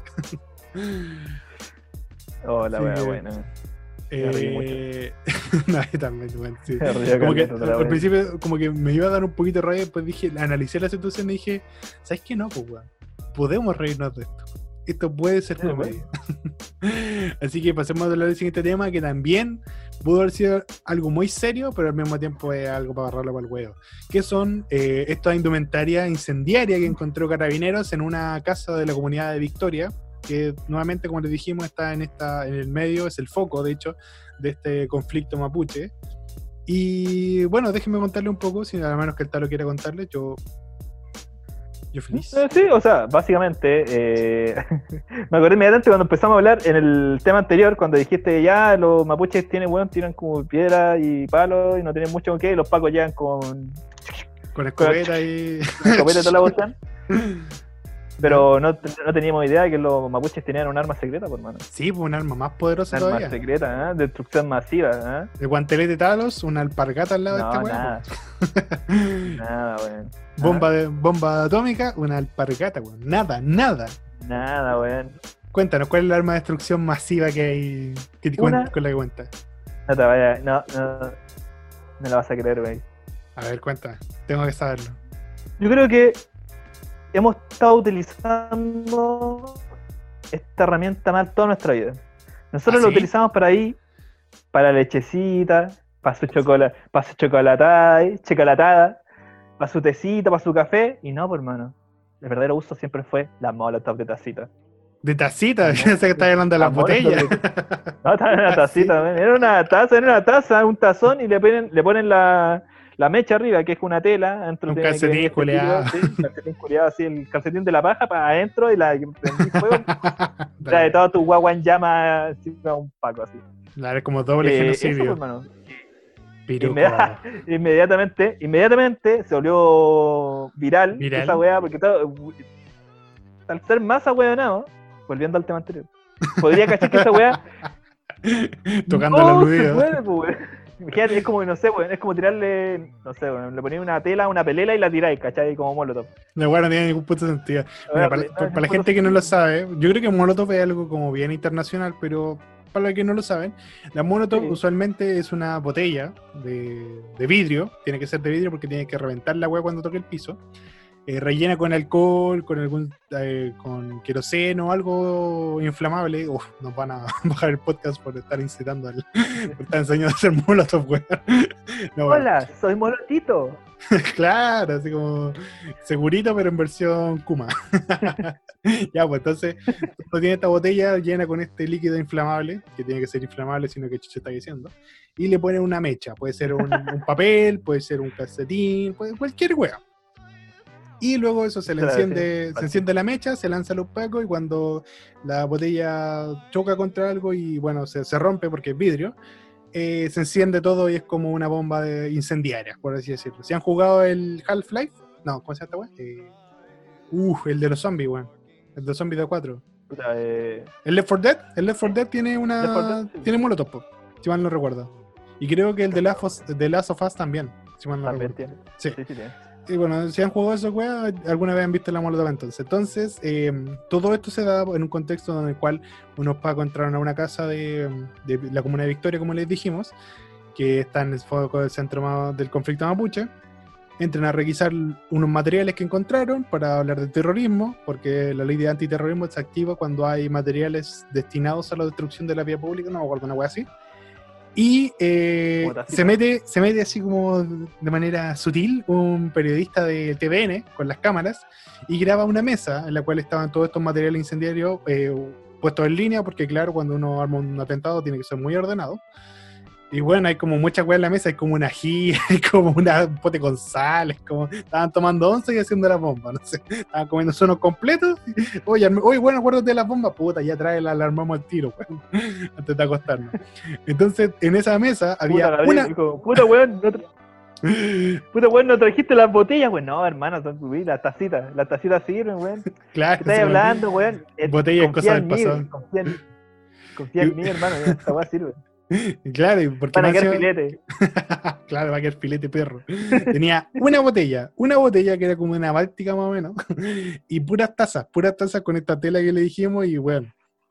Oh, la weá buena. Eh... no, también, bueno, sí. Como que al principio como que me iba a dar un poquito de rabia, después dije, analicé la situación y dije, ¿sabes qué? No, pues weón, podemos reírnos de esto. Esto puede ser sí, comedia. Así que pasemos a hablar del siguiente tema, que también pudo haber sido algo muy serio, pero al mismo tiempo es algo para agarrarlo para el huevo. Que son eh, esta indumentaria incendiaria que encontró Carabineros en una casa de la comunidad de Victoria, que nuevamente, como les dijimos, está en esta en el medio, es el foco, de hecho, de este conflicto mapuche. Y bueno, déjenme contarle un poco, si a menos que el Talo quiera contarle, yo yo feliz. Sí, o sea, básicamente, eh, me acordé inmediatamente cuando empezamos a hablar en el tema anterior, cuando dijiste ya, los mapuches tienen, bueno, tiran como piedra y palos y no tienen mucho con qué, y los pacos llegan con... Con escopeta y... Con escopeta y toda la bolsa. Pero no, no teníamos idea de que los mapuches tenían un arma secreta, por mano. Sí, pues un arma más poderosa un todavía. Arma secreta, ¿eh? Destrucción masiva, ¿eh? El guantelete Talos, una alpargata al lado no, de este nada. weón. Nada, weón. Bomba, de, bomba atómica, una alpargata, weón. Nada, nada. Nada, weón. Cuéntanos, ¿cuál es el arma de destrucción masiva que hay que te una... con la que cuentas? No te vayas, no, no, no la vas a creer, weón. A ver, cuéntame, tengo que saberlo. Yo creo que hemos estado utilizando esta herramienta mal toda nuestra vida. Nosotros ¿Ah, lo sí? utilizamos para ahí, para lechecita, para su chocolate, para su chocolatada, chocolatada, para su tecita, para su café, y no, por hermano. El verdadero uso siempre fue la molotov de tacita. ¿De tacita? Yo sé que estás hablando de las botellas. No, estaba en una tacita, ¿sí? Era una taza, era una taza, un tazón, y le ponen, le ponen la... la mecha arriba, que es una tela, dentro un calcetín culeado, sí, un calcetín culeado, así, el calcetín de la paja para adentro y la prendí fuego, trae todo tu guagua en llama, así, un paco así. Claro, como doble eh, genocidio. Eso, hermano. Inmedi- inmediatamente, inmediatamente se volvió viral, ¿Viral? esa weá, porque todo, al ser más ahueonado, volviendo al tema anterior, podría cachar que esa weá tocando no la aludida. Se puede, pues, imagínate, es como, no sé, es como tirarle, no sé, le ponéis una tela a una pelela y la tiráis, ¿cachai? Como molotov. No, bueno, no tiene ningún puto sentido. Mira, para, para, para la gente que no lo sabe, yo creo que molotov es algo como bien internacional, pero para los que no lo saben, la molotov sí. usualmente es una botella de, de vidrio, tiene que ser de vidrio porque tiene que reventar la hueá cuando toque el piso, eh, rellena con alcohol, con algún eh, con queroseno o algo inflamable. Uf, nos van a bajar el podcast por estar incitando al, por estar enseñando a hacer molotov, weón. No, Hola, bueno. soy Molotito. Claro, así como segurito, pero en versión Kuma. Ya, pues entonces, uno tiene esta botella llena con este líquido inflamable, que tiene que ser inflamable, sino que Chucho está diciendo, y le ponen una mecha. Puede ser un, un papel, puede ser un calcetín, puede, cualquier hueá. Y luego eso se le enciende, se enciende la mecha, se lanza a los pacos, y cuando la botella choca contra algo y bueno, se, se rompe porque es vidrio, Eh, se enciende todo y es como una bomba de incendiaria, por así decirlo. ¿Se han jugado el Half-Life? No, ¿cómo se llama esta weá? Eh, Uf, el de los zombies, weón. El de los zombies de cuatro. Puta, eh... ¿El Left four Dead? El Left four Dead tiene una. Dead, sí. Tiene molotov, po, si mal no recuerdo. Y creo que el de Last of, de Last of Us también, si mal no también recuerdo. Tiene. Sí. Sí, sí tiene. Y bueno, si han jugado eso, weá, alguna vez han visto la molotov entonces. Entonces, eh, todo esto se da en un contexto en el cual unos pacos entraron a una casa de, de la comuna de Victoria, como les dijimos, que está en el foco del centro del conflicto mapuche. Entran a requisar unos materiales que encontraron para hablar de terrorismo, porque la ley de antiterrorismo se activa cuando hay materiales destinados a la destrucción de la vía pública, no me acuerdo, una weá así. Y eh, se mete se mete así como de manera sutil un periodista de T V N con las cámaras y graba una mesa en la cual estaban todos estos materiales incendiarios eh, puestos en línea, porque claro, cuando uno arma un atentado tiene que ser muy ordenado. Y bueno, hay como mucha weá en la mesa, hay como una ají, hay como una pote con sal, es como estaban tomando once y haciendo la bomba, no sé, estaban comiendo sonos completos. Oye, oye, bueno, acuérdate de la bomba, puta, ya trae la, la armamos al tiro, weón, antes de acostarnos. Entonces, en esa mesa había puta, Gabriel, una... dijo, puta weón, no tra... puta weón, no trajiste las botellas, weón. No, hermano, son las tacitas, las tacitas sirven, weón. Claro, ¿Qué estás hablando, weón? Botellas, cosas del pasado. Confía en mí, confía en mí, hermano, mira, esta weá sirve. Claro, porque van a quedar filete. Claro, va a quedar filete, perro. Tenía una botella, una botella que era como una báltica más o menos, y puras tazas, puras tazas con esta tela que le dijimos, y bueno,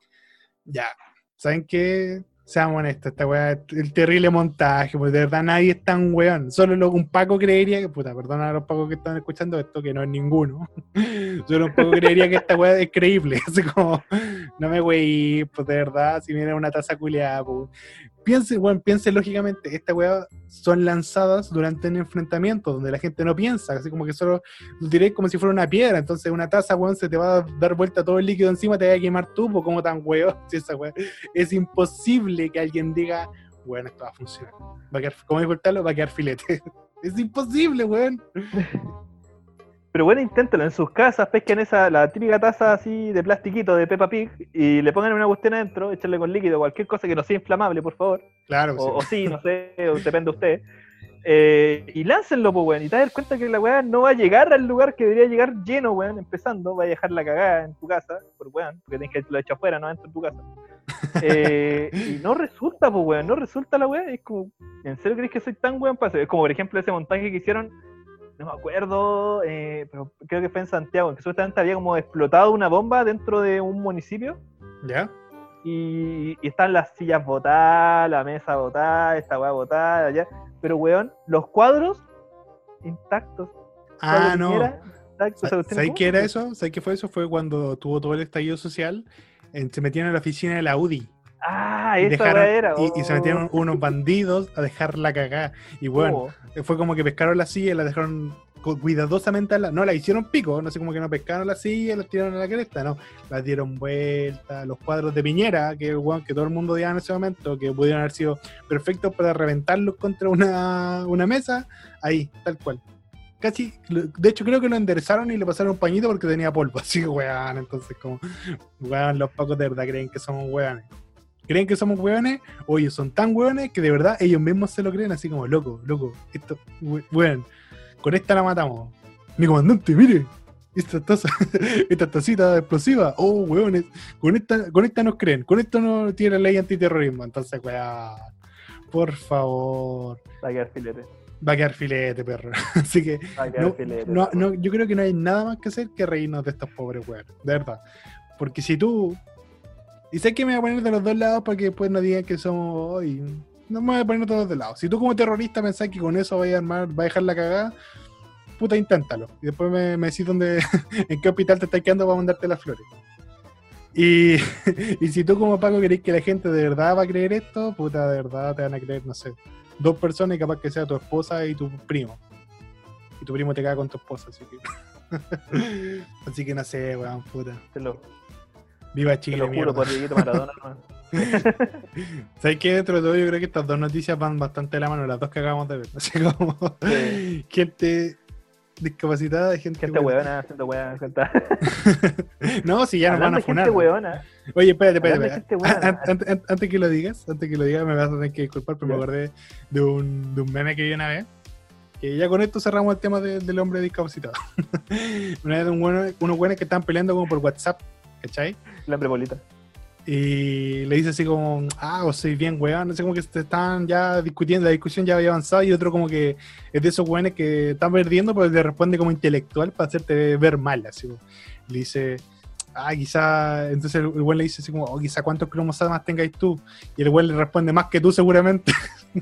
ya, ¿saben qué? Seamos honestos, esta weá, el terrible montaje, porque de verdad nadie es tan weón. Solo lo, un Paco creería que, puta, perdona a los Pacos que están escuchando esto, que no es ninguno. Solo un Paco creería que esta weá es creíble. Así como, no me weí, pues de verdad, si viene una taza culiada, pues. Piense, bueno, piense lógicamente, estas weas son lanzadas durante un enfrentamiento donde la gente no piensa, así como que solo lo tiréis como si fuera una piedra. Entonces una taza, weón, se te va a dar vuelta todo el líquido encima, te va a quemar tú, pues como tan weón, si esa wea. Es imposible que alguien diga, bueno, esto va a funcionar. Va a quedar, como dijo el Talo, va a quedar filete. Es imposible, weón. Pero bueno, inténtalo, en sus casas pesquen esa, la típica taza así de plastiquito de Peppa Pig y le pongan una cuestión adentro, echarle con líquido, cualquier cosa que no sea inflamable, por favor. Claro. O sí, o sí no sé, o depende de usted. Eh, y láncenlo, pues, weón, y te das cuenta que la weá no va a llegar al lugar que debería llegar lleno, weón, empezando, va a dejar la cagada en tu casa, por weón, porque tienes que haberlo hecho afuera, no dentro de tu casa. Eh, y no resulta, pues, weón, no resulta la weá, es como, ¿en serio crees que soy tan weón para eso? Es como, por ejemplo, ese montaje que hicieron, no me acuerdo, eh, pero creo que fue en Santiago, que supuestamente había como explotado una bomba dentro de un municipio. ¿Ya? Y, y están las sillas botadas, la mesa botada, esta weá botada, allá. Pero, weón, los cuadros intactos. Ah, no. Intactos, ¿Sabes qué era eso? ¿Sabes qué fue eso? Fue cuando tuvo todo el estallido social, eh, se metían en la oficina de la U D I. Ah, esa dejaron, era. Oh. Y, y se metieron unos bandidos a dejar la cagada. Y bueno, oh. fue como que pescaron la silla y la dejaron cuidadosamente. A la, no la hicieron pico, no sé, como que no pescaron la silla y la tiraron a la cresta, no. Las dieron vuelta. Los cuadros de Piñera, que, bueno, que todo el mundo odiaba en ese momento, que pudieron haber sido perfectos para reventarlos contra una, una mesa, ahí, tal cual. Casi, de hecho creo que lo enderezaron y le pasaron un pañito porque tenía polvo. Así que weón, entonces como, weón, los pacos de verdad creen que somos weones. ¿Creen que somos hueones? Oye, son tan hueones que de verdad ellos mismos se lo creen, así como, loco, loco, esto, hueón, con esta la matamos. Mi comandante, mire, esta taza, esta tacita explosiva, oh, hueones, con esta, con esta nos creen, con esto no tiene la ley antiterrorismo, entonces, weón, por favor. Va a quedar filete. Va a quedar filete, perro. Así que, no, filete, no, no, yo creo que no hay nada más que hacer que reírnos de estos pobres hueones, de verdad. Porque si tú... Y sé que me voy a poner de los dos lados para que después no digan que somos... Ay, no me voy a poner de los dos lados. Si tú como terrorista pensás que con eso vas a armar, vas a dejar la cagada, puta, inténtalo. Y después me, me decís dónde, en qué hospital te estás quedando para mandarte las flores. Y, y si tú como Paco querés que la gente de verdad va a creer esto, puta, de verdad te van a creer, no sé, dos personas y capaz que sea tu esposa y tu primo. Y tu primo te caga con tu esposa, así que... así que no sé, weón, puta. Te lo, Viva Chile, te lo juro por Dieguito Maradona, no. ¿Sabes qué? Dentro de todo yo creo que estas dos noticias van bastante de la mano, las dos que acabamos de ver. Así como sí. Gente discapacitada, gente, gente huevona, gente huevona, gente... No, si ya nos van a funar. Gente huevona. Oye, espérate, espérate, espérate. Antes, antes, antes que lo digas, antes que lo digas, me vas a tener que disculpar, pero ¿sí? Me acordé de un, de un meme que vi una vez. Que ya con esto cerramos el tema de, del hombre discapacitado. Una vez de un bueno, unos buenos que estaban peleando como por WhatsApp, ¿cachai? El hombre bolita. Y le dice así como, ah, vos sois bien weón, no sé, como que se están ya discutiendo, la discusión ya había avanzado, y otro como que es de esos weones que están perdiendo, pero le responde como intelectual para hacerte ver mal, así como, le dice, ah, quizá, entonces el, el weón le dice así como, oh, quizá cuántos cromosomas tengáis tú, y el weón le responde, más que tú seguramente.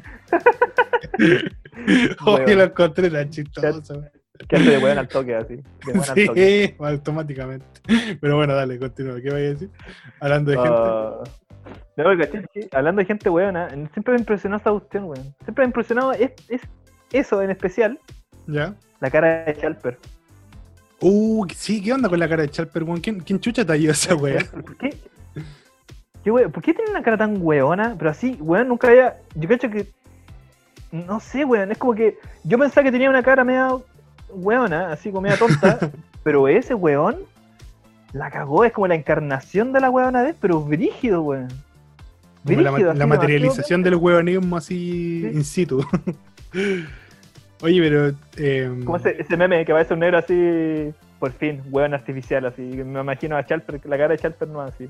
Oye, lo encontré tan chistoso. Que hace de weón al toque, así. De weón sí, al toque. Automáticamente. Pero bueno, dale, continúa. ¿Qué vaya a decir? Hablando de uh, gente. No, porque, sí, hablando de gente weona, siempre me impresionó esa cuestión, weón. Siempre me ha impresionado es, es eso en especial. ¿Ya? La cara de Chalper. Uh, sí, ¿qué onda con la cara de Chalper, weón? ¿Quién, ¿Quién chucha te ayudó esa weá? ¿Por qué? ¿Qué we... ¿Por qué tiene una cara tan weona? Pero así, weón, nunca había. Yo cacho que. No sé, weón. Es como que. Yo pensaba que tenía una cara media weona, así como media tonta. Pero ese weón la cagó. Es como la encarnación de la weona vez, pero brígido, weón. Brígido, la, la materialización del weonismo así, ¿sí? In situ. Oye, pero. Eh... Como ese, ese meme que parece un negro así. Por fin, weón artificial, así. Me imagino a Chalper, la cara de Chalper no así.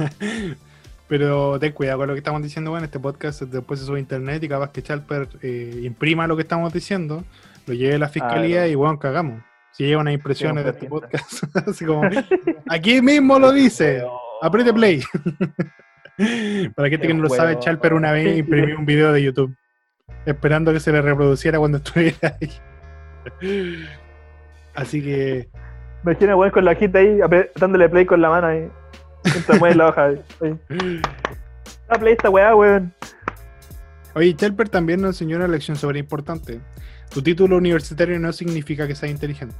Pero ten cuidado con lo que estamos diciendo, bueno, este podcast después se sube a internet y capaz que Chalper eh, imprima lo que estamos diciendo, lo lleve a la fiscalía ah, no. Y bueno, cagamos. Si llega unas impresiones de este podcast, así como, aquí mismo lo dice, apriete play. Para gente que no lo sabe, Chalper una vez imprimió un video de YouTube, esperando que se le reproduciera cuando estuviera ahí. Así que... Imagina, weón, con la hojita ahí, dándole play con la mano ahí. Mientras mueves la hoja. La play esta weá, weón. Oye, Chalper también nos enseñó una lección sobre importante. Tu título universitario no significa que seas inteligente.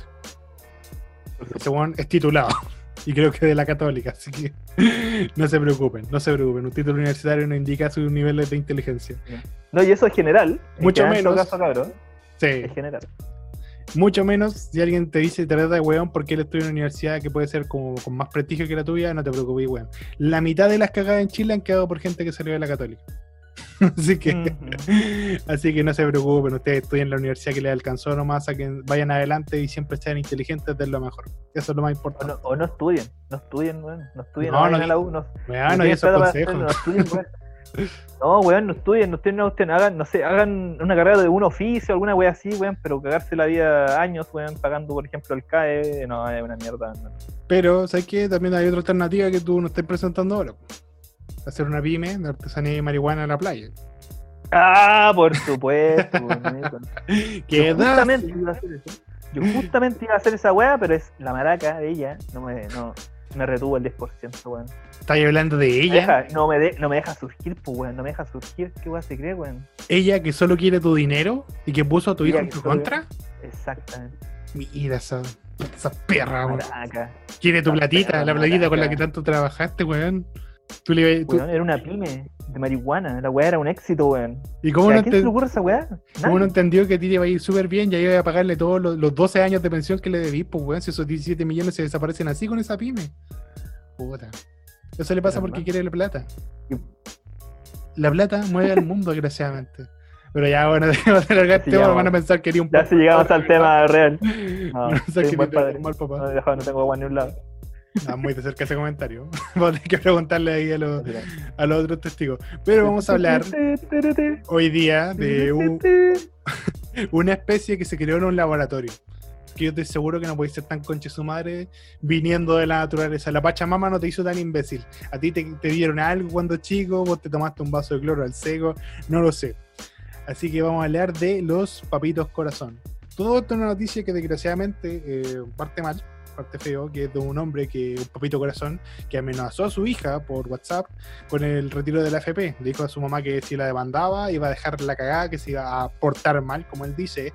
Ese weón es titulado. Y creo que de la Católica, así que no se preocupen, no se preocupen. Un título universitario no indica sus niveles de inteligencia. No, y eso es general. Mucho menos. Caso, cabrón, sí. Es general. Mucho menos si alguien te dice, te trata de weón porque él estudia en una universidad que puede ser como con más prestigio que la tuya, no te preocupes, weón. La mitad de las cagadas en Chile han quedado por gente que salió de la Católica. Así que uh-huh. Así que no se preocupen, ustedes estudian en la universidad que les alcanzó nomás, a que vayan adelante y siempre sean inteligentes, de lo mejor. Eso es lo más importante. O no, o no estudien, no estudien, weón. No estudien, no, no, no, a la U. No, weón, no, y esos consejos. No estudien, weón. No, weón, no estudien, no estudien, no estudien, hagan, no sé, hagan una carrera de un oficio, alguna wea así, weón, pero cagarse la vida años, weón, pagando, por ejemplo, el C A E, no, es una mierda. No. Pero, ¿sabes qué? También hay otra alternativa que tú no estás presentando ahora. Hacer una pyme de artesanía y marihuana en la playa. Ah, por supuesto, weón. ¿Qué Yo justamente iba a hacer eso. Yo justamente iba a hacer esa wea, pero es la maraca de ella, no me, no, me retuvo el diez por ciento, weón. ¿Estás hablando de ella? Me deja, no, me de, no me deja surgir, pues, weón. No me deja surgir. ¿Qué weón se cree, weón? ¿Ella que solo quiere tu dinero y que puso a tu hijo en tu solo... contra? Exactamente. Mira esa, esa perra, weón. Maraca. Quiere tu platita, perra, la platita maraca. Con la que tanto trabajaste, weón. Tú le, tú... Weón, era una pyme de marihuana. La weá era un éxito, weón. ¿Y cómo no ¿A quién se le ocurre esa weá? ¿Cómo no entendió que a ti te iba a ir súper bien? Ya iba a pagarle todos los, los doce años de pensión que le debís, pues, weón. Si esos diecisiete millones se desaparecen así con esa pyme. Puta. Eso le pasa porque más. Quiere la plata. La plata mueve al mundo, desgraciadamente. Pero ya, bueno, dejemos de largar el tema, van a pensar que era un ya si llegamos al tema real. No, no soy un buen padre. Mal papá. No, dejado, no tengo agua ni un lado. No, muy de cerca ese comentario. Vamos a tener que preguntarle ahí a los, a los otros testigos. Pero vamos a hablar hoy día de un, una especie que se creó en un laboratorio. Que yo estoy seguro que no podéis ser tan conche su madre viniendo de la naturaleza. La Pachamama no te hizo tan imbécil. A ti te, te dieron algo cuando chico, vos te tomaste un vaso de cloro al seco, no lo sé. Así que vamos a hablar de los papitos corazón. Todo esto es una noticia que desgraciadamente eh, parte mal, parte feo, que es de un hombre, que un papito corazón, que amenazó a su hija por WhatsApp con el retiro de la A F P. Le dijo a su mamá que si la demandaba iba a dejar la cagada, que se iba a portar mal, como él dice.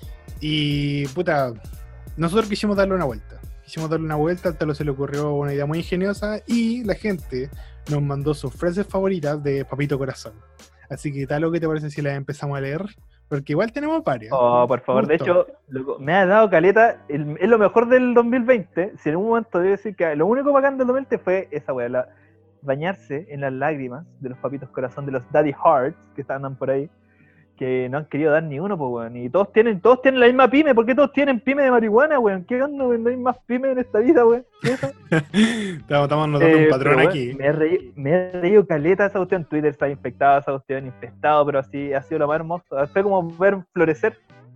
Y puta, nosotros quisimos darle una vuelta. Quisimos darle una vuelta, al Talo se le ocurrió una idea muy ingeniosa y la gente nos mandó sus frases favoritas de papito corazón. Así que tal, ¿lo que te parece si las empezamos a leer? Porque igual tenemos varias. Oh, por favor, de hecho, loco, me ha dado caleta, el, es lo mejor del dos mil veinte. Si en un momento debo decir que lo único bacán del dos mil veinte fue esa weá, la, bañarse en las lágrimas de los papitos corazón, de los daddy hearts que andan por ahí, que no han querido dar ni uno, pues weón. Y todos tienen, todos tienen la misma pyme. ¿Por qué todos tienen pyme de marihuana, weón? ¿Qué onda, weón? No hay más pyme en esta vida, weón. ¿Qué es eso? estamos, estamos notando eh, un patrón pero, aquí. Weón, me, he reído, me he reído caleta esa cuestión. Twitter está infectado, esa cuestión infestado, pero así ha sido lo más hermoso. Fue como ver florecer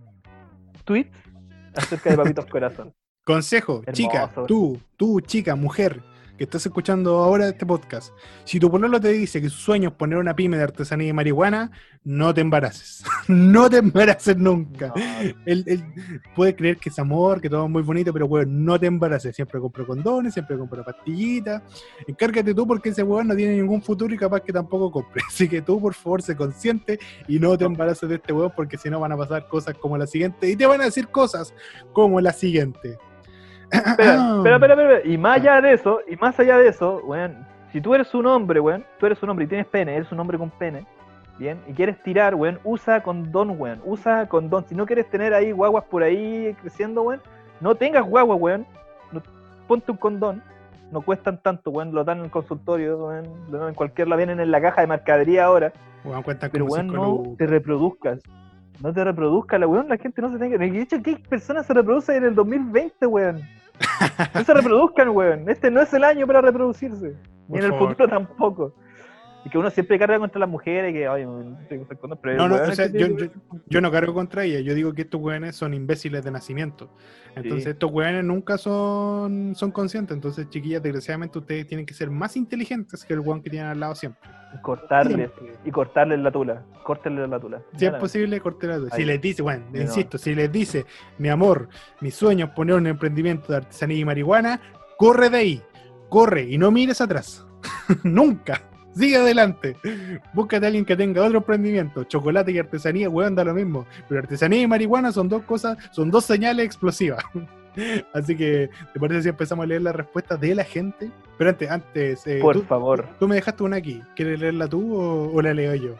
tweets acerca de papitos corazón. Consejo, hermoso. Chica, tú, tú, chica, mujer, que estás escuchando ahora este podcast, si tu pololo te dice que su sueño es poner una pyme de artesanía y marihuana, no te embaraces. No te embaraces nunca. No. Él, él puede creer que es amor, que todo es muy bonito, pero weón, no te embaraces. Siempre compro condones, siempre compro pastillitas. Encárgate tú porque ese weón no tiene ningún futuro y capaz que tampoco compre. Así que tú, por favor, sé consciente y no te embaraces de este weón, porque si no van a pasar cosas como la siguiente y te van a decir cosas como la siguiente. Espera, espera, espera, espera, y más allá de eso, y más allá de eso, weón, si tú eres un hombre, weón, tú eres un hombre y tienes pene, eres un hombre con pene, bien, y quieres tirar, weón, usa condón, weón, usa condón. Si no quieres tener ahí guaguas por ahí creciendo, weón, no tengas guaguas, weón, no, ponte un condón, no cuestan tanto, weón, lo dan en el consultorio, weón, en cualquier la vienen en la caja de mercadería ahora, weón, pero weón, no te reproduzcas. No te reproduzca la weón, la gente no se tenga. De hecho, ¿qué personas se reproducen en el dos mil veinte, weón? No se reproduzcan, weón. Este no es el año para reproducirse. Ni en el futuro tampoco. Y que uno siempre carga contra las mujeres, que, ay, pero no, no, o sea, yo, yo, yo no cargo contra ellas, yo digo que estos weones son imbéciles de nacimiento. Entonces, sí. Estos weones nunca son, son conscientes. Entonces, chiquillas, desgraciadamente, ustedes tienen que ser más inteligentes que el weón que tienen al lado siempre. Cortarles, y cortarles la tula. Córtenle la tula. Si es posible, córtenle la tula. Ahí. Si les dice, bueno, no. insisto, si les dice, mi amor, mi sueño es poner un emprendimiento de artesanía y marihuana, corre de ahí, corre y no mires atrás. Nunca. Sigue adelante. Búscate a alguien que tenga otro emprendimiento. Chocolate y artesanía, weón, da lo mismo. Pero artesanía y marihuana son dos cosas, son dos señales explosivas. Así que, ¿te parece si empezamos a leer las respuestas de la gente? Pero antes, antes eh, por tú, favor. Tú, tú me dejaste una aquí. ¿Quieres leerla tú o, o la leo yo?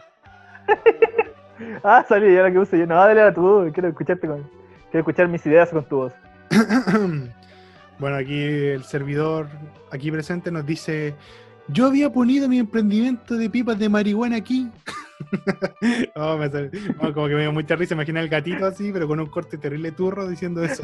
ah, salió ya la que puse yo. No, dale tú. Quiero escucharte con, quiero escuchar mis ideas con tu voz. Bueno, aquí el servidor aquí presente nos dice: yo había ponido mi emprendimiento de pipas de marihuana aquí. oh, me sale, oh, como que me dio mucha risa imaginar el gatito así, pero con un corte terrible turro diciendo eso.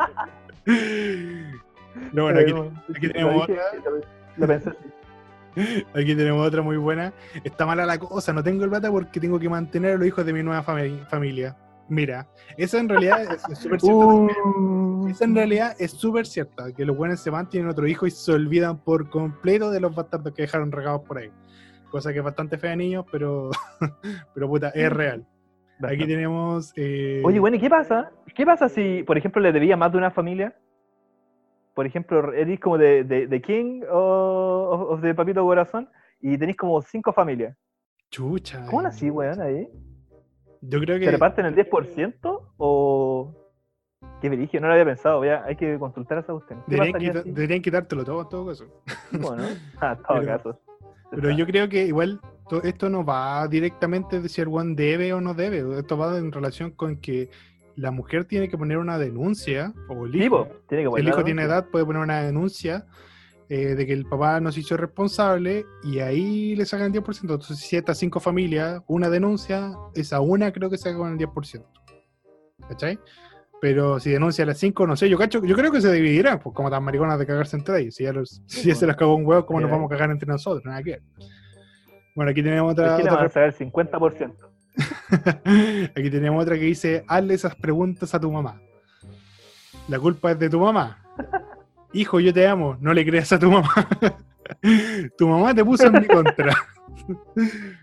Pero bueno, aquí, aquí tenemos otra. Lo pensé así. Aquí tenemos otra muy buena. Está mala la cosa, no tengo el plata porque tengo que mantener a los hijos de mi nueva fami- familia. Mira, esa en realidad es súper cierta. Uh, esa en realidad es súper cierta, que los buenos se van, tienen otro hijo y se olvidan por completo de los bastardos que dejaron regados por ahí. Cosa que es bastante fea, niños, pero pero puta, es real. Aquí tenemos... Eh... Oye, bueno, ¿y qué pasa? ¿Qué pasa si, por ejemplo, le debía más de una familia? Por ejemplo, eres como de, de, de King o, o de Papito Corazón y tenéis como cinco familias. Chucha. ¿Cómo así, weón, ahí? Yo creo que... ¿Se reparten el diez por ciento o...? Qué verigio, no lo había pensado, voy a, hay que consultar esa cuestión. Deberían, quita, deberían quitártelo todo, en todo caso. Bueno, ah, en todo pero, caso. Pero yo creo que igual to, esto no va directamente de si el one debe o no debe. Esto va en relación con que la mujer tiene que poner una denuncia, o el hijo, sí, tiene que poner el hijo tiene edad, puede poner una denuncia eh, de que el papá no se hizo responsable y ahí le sacan el diez por ciento. Entonces, si estas cinco familias, una denuncia, esa una creo que se saca con el diez por ciento. ¿Cachai? Pero si denuncia a las cinco, no sé, yo cacho, yo creo que se dividirán, pues como tan mariconas de cagarse entre ellos. Si ya, los, si ya se las cagó un huevo, ¿cómo nos vamos a cagar entre nosotros? Nada que ver. Bueno, aquí tenemos otra... Aquí le otra... van a sacar el cincuenta por ciento. Aquí tenemos otra que dice: hazle esas preguntas a tu mamá. La culpa es de tu mamá. Hijo, yo te amo, no le creas a tu mamá. Tu mamá te puso en mi contra.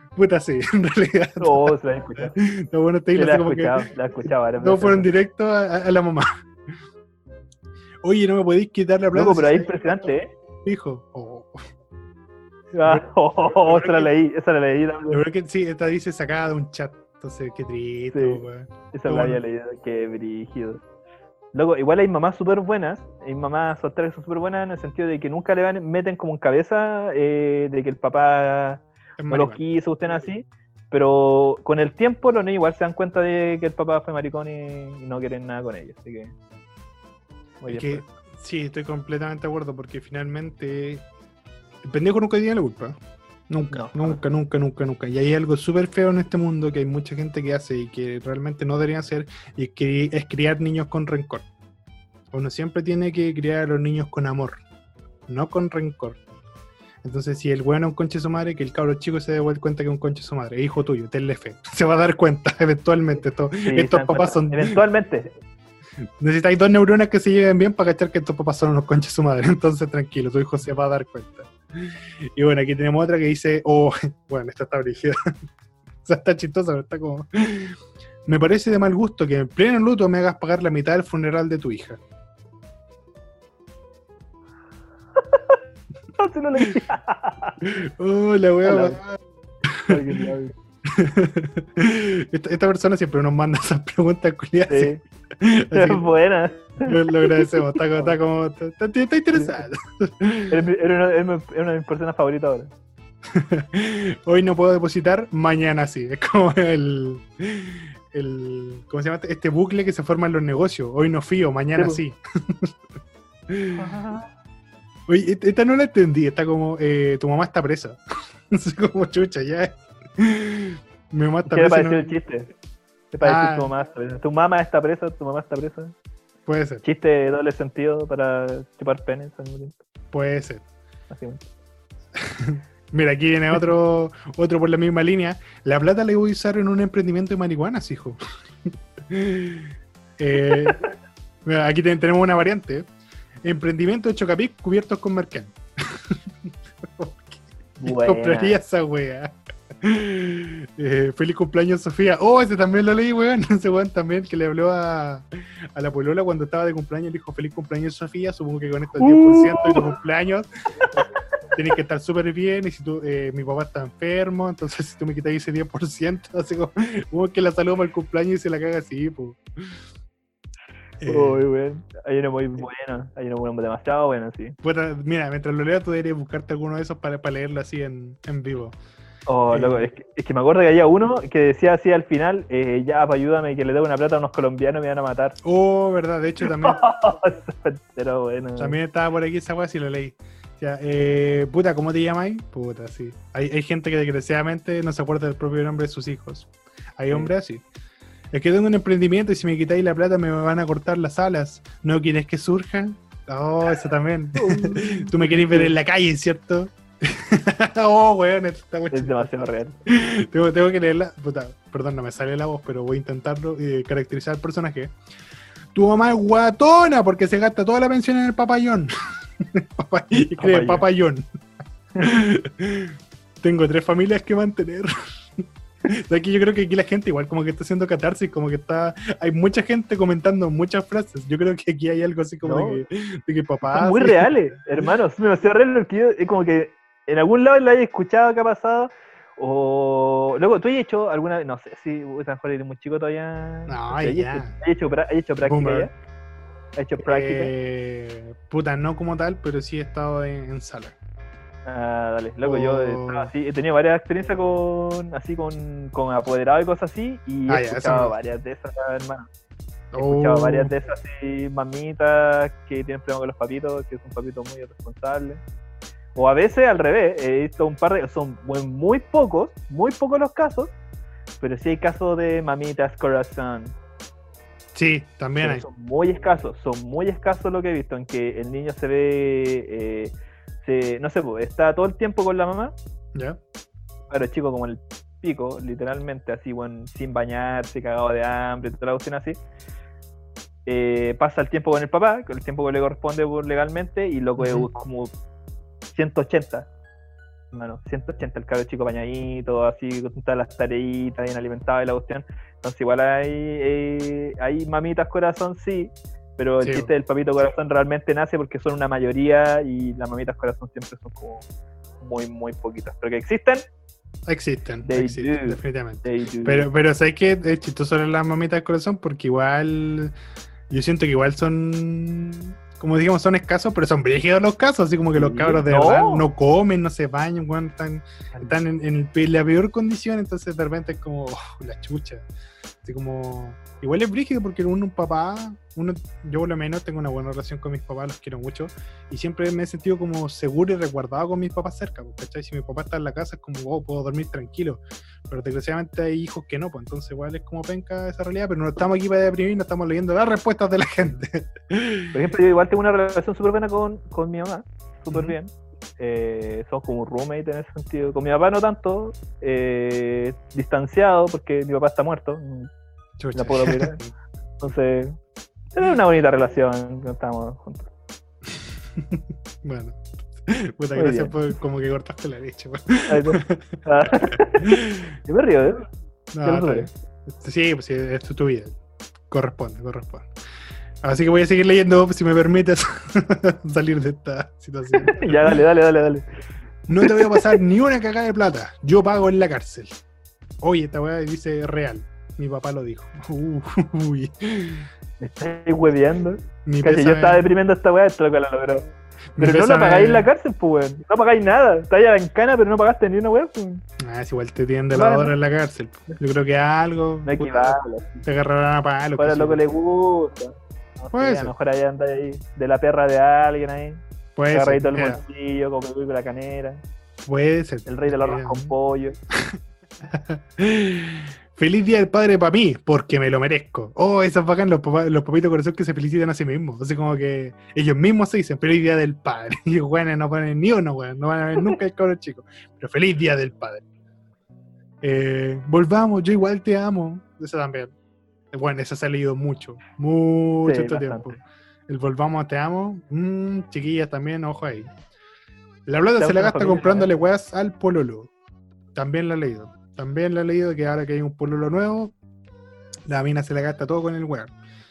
Puta, sí, en realidad. Oh, se la he escuchado. No, bueno, te Sí, la he como escuchado, que la he escuchado varias todos veces. fueron directos a, a la mamá. Oye, no me podéis quitar la plata. Loco, pero si es sabéis impresionante, ¿eh? cuánto, hijo. Oh. Ah, oh, oh, oh, Lo esa peor la que- leí, esa la leí Lo también. peor que sí, esta dice sacada de un chat. Entonces, qué triste, Sí, weón. esa Qué la había bueno. leído, qué brígido. Luego, igual hay mamás súper buenas, hay mamás solteras que son súper buenas en el sentido de que nunca le van, meten como en cabeza eh, de que el papá Es no los maricón. quiso, usted así, pero con el tiempo los niños igual se dan cuenta de que el papá fue maricón y, y no quieren nada con ellos, así que... Muy Es bien, que, pues. sí, estoy completamente de acuerdo, porque finalmente el pendejo nunca tiene la culpa. Nunca, No, nunca, nunca, nunca, nunca. Y hay algo súper feo en este mundo que hay mucha gente que hace y que realmente no deberían hacer, y es, que es criar niños con rencor. Uno siempre tiene que criar a los niños con amor, no con rencor. Entonces, si el bueno es un conche su madre, que el cabro chico se dé cuenta que es un conche su madre, es hijo tuyo, tenle fe. Se va a dar cuenta, eventualmente. Esto, Sí, estos se dan papás cuenta. son. Eventualmente. Necesitáis dos neuronas que se lleven bien para cachar que estos papás son unos conches su madre. Entonces, tranquilo, tu hijo se va a dar cuenta. Y bueno, aquí tenemos otra que dice, oh, bueno, esta está brígida. O sea, está chistosa, pero está como... Me parece de mal gusto que en pleno luto me hagas pagar la mitad del funeral de tu hija. No, si no leí. Oh, la wea. Hola. va. Alguien la ve. esta, esta persona siempre nos manda esas preguntas culiadas. Sí, Así es que buena. lo, lo agradecemos. Está, como- está como. Está, está- está interesado. Eres mi- eres una, eres mi- eres una de mis personas favoritas ahora. Hoy no puedo depositar, mañana sí. Es como el, el ¿cómo se llama? Este bucle que se forma en los negocios. Hoy no fío, mañana Sí, sí. Oye, et- esta no la entendí. Está como, eh, tu mamá está presa. Así como chucha, ya. Mi mamá está ¿Qué le presa. y pareció no- el chiste? ¿Qué pareció Ah. tu mamá está presa? Tu mamá está presa, tu mamá está presa. Puede ser, Chiste de doble sentido para chupar penes al mismo tiempo. puede ser. Así. Mira, aquí viene otro, otro por la misma línea. La plata la voy a usar en un emprendimiento de marihuanas, hijo. Eh, mira, aquí ten- tenemos una variante. Emprendimiento de Chocapic cubiertos con mercán. Buena. Compraría esa wea. Eh, feliz cumpleaños, Sofía. Oh, ese también lo leí, weón. Ese weón también que le habló a, a la polola cuando estaba de cumpleaños. Le dijo feliz cumpleaños, Sofía. Supongo que con esto el diez por ciento de tu cumpleaños tienes que estar súper bien. Y si tú, eh, mi papá está enfermo, entonces si tú me quitas ese diez por ciento, así como, como que la saludo para el cumpleaños y se la caga así, pues. Uy, weón. Hay uno muy bueno. Hay uno bueno, demasiado bueno, sí. Puta, mira, mientras lo leo, tú deberías buscarte alguno de esos para, para leerlo así en, en vivo. Oh, Eh. loco, es que, es que me acuerdo que había uno que decía así al final, eh, ya, pa, ayúdame, que le debo una plata a unos colombianos y me van a matar. Oh, verdad, de hecho también, Pero bueno. también estaba por aquí esa weá, si lo leí. Ya, eh, puta, ¿cómo te llamáis? Puta, sí. Hay, hay gente que desgraciadamente no se acuerda del propio nombre de sus hijos. Hay Sí. hombres así. Es que tengo un emprendimiento y si me quitáis la plata me van a cortar las alas. ¿No quieres que surjan? Oh, eso también. Tú me querés ver en la calle, ¿cierto? Oh, weón, esto está muy Es chistoso. demasiado real. Tengo, tengo que leerla. Puta, perdón, no me sale la voz, pero voy a intentarlo y caracterizar al personaje. Tu mamá es guatona porque se gasta toda la pensión en el papayón. Papay- y cree papayón. Tengo tres familias que mantener. O sea, que yo creo que aquí la gente igual como que está haciendo catarsis, como que está... Hay mucha gente comentando muchas frases. Yo creo que aquí hay algo así como No. de, que, de que papá... Son muy sí. reales, hermanos. Son demasiado reales porque yo, es como que en algún lado lo hayas escuchado que ha pasado. O luego, ¿tú has hecho alguna vez? No sé si a lo mejor eres muy chico todavía. No, ¿Has ya. hecho, has hecho, pra- has hecho práctica Boomer. ya? ¿Has hecho práctica? Eh, puta, no como tal, pero sí he estado en, en sala. Ah, dale, loco, yo Oh. estaba así, he tenido varias experiencias con así con, con apoderado y cosas así, y he Ah, ya, eso escuchado no. varias de esas, hermano. He escuchado Oh. varias de esas así, mamitas que tienen problemas con los papitos, que son papitos muy irresponsables. O a veces al revés, he visto un par de, son muy, muy pocos, muy pocos los casos, pero sí hay casos de mamitas corazón. Sí, también Pero hay. son muy escasos, son muy escasos lo que he visto, en que el niño se ve, eh, se, no sé, pues, está todo el tiempo con la mamá, ¿Ya? claro, chico como el pico, literalmente, así, bueno, sin bañarse, cagado de hambre, toda la cuestión así. Eh, pasa el tiempo con el papá, con el tiempo que le corresponde por legalmente, y loco es Ujú. como ciento ochenta. Hermano, ciento ochenta el cabro chico bañadito, así, con todas las tareitas, bien alimentado y la cuestión. Entonces igual hay, hay, hay mamitas corazón, sí, pero el Sí, chiste del papito corazón realmente nace porque son una mayoría y las mamitas corazón siempre son como muy, muy poquitas. Pero que existen, existen, they existen, do, definitivamente. they do. Pero, pero ¿sabes qué? Es chistoso las mamitas del corazón porque igual, yo siento que igual son, como dijimos, son escasos, pero son brígidos los casos, así como que los Sí, cabros de no. verdad no comen, no se bañan, weón, están, están en, en el pe- la peor condición, entonces de repente es como, oh, la chucha. Así como, igual es brígido porque uno, un papá, uno, yo por lo menos tengo una buena relación con mis papás, los quiero mucho, y siempre me he sentido como seguro y resguardado con mis papás cerca, pues, ¿cachai? Si mi papá está en la casa es como, oh, puedo dormir tranquilo, pero desgraciadamente hay hijos que no, pues entonces igual es como penca esa realidad, pero no estamos aquí para deprimir, no estamos leyendo las respuestas de la gente. Por ejemplo, yo igual tengo una relación súper buena con, con mi mamá, súper Ujú. bien. Eh, somos como un roommate en ese sentido. Con mi papá no tanto, eh, distanciado porque mi papá está muerto, Chucha. la puedo mirar. Entonces, era una bonita relación, no estábamos juntos. Bueno, puta, Muy gracias bien. por como que cortaste la leche, weón. Ay, no. Ah, yo me río, ¿eh? No, Yo lo está superé. bien. Sí, pues sí, esto es tu vida. Corresponde, corresponde. Así que voy a seguir leyendo, si me permites, salir de esta situación. Ya, dale, dale, dale, dale. No te voy a pasar ni una cagada de plata. Yo pago en la cárcel. Oye, esta weá dice real. Mi papá lo dijo. Uy. Me estáis hueveando. Mi Casi yo pésame- estaba deprimiendo esta weá, esto lo que la logró. mi Pero no la pésame- pagáis en la cárcel, pues, weón. No pagáis nada. Estáis a la encana, pero no pagaste ni una weá, pues. Ah, es igual te tienen de Bueno. lavadora en la cárcel. Yo creo que algo. No puta, equivale. te agarrarán a palo. Para qué lo sé que yo. le gusta. No Puede sé, a ser. lo mejor allá anda ahí de la perra de alguien ahí. Puede ser. Agarradito el mira, bolsillo, como con la canera. puede ser. El rey del arroz con pollo. Feliz Día del Padre para mí, porque me lo merezco. Oh, eso es bacán, los, papá, los papitos corazón que se felicitan a sí mismos. Así como que ellos mismos se dicen Feliz Día del Padre. Y los güeyes no ponen ni uno, güey. No van a ver nunca el cabrón chico. Pero Feliz Día del Padre. Eh, volvamos, yo igual te amo. Eso también. Bueno, eso se ha leído mucho. Mucho Sí, este bastante. tiempo. El volvamos, te amo. Mm, chiquillas también, ojo ahí. La plata Te se la amo, gasta familia, comprándole weas al pololo. También la he leído. También la he leído que ahora que hay un pololo nuevo, la mina se la gasta todo con el weón.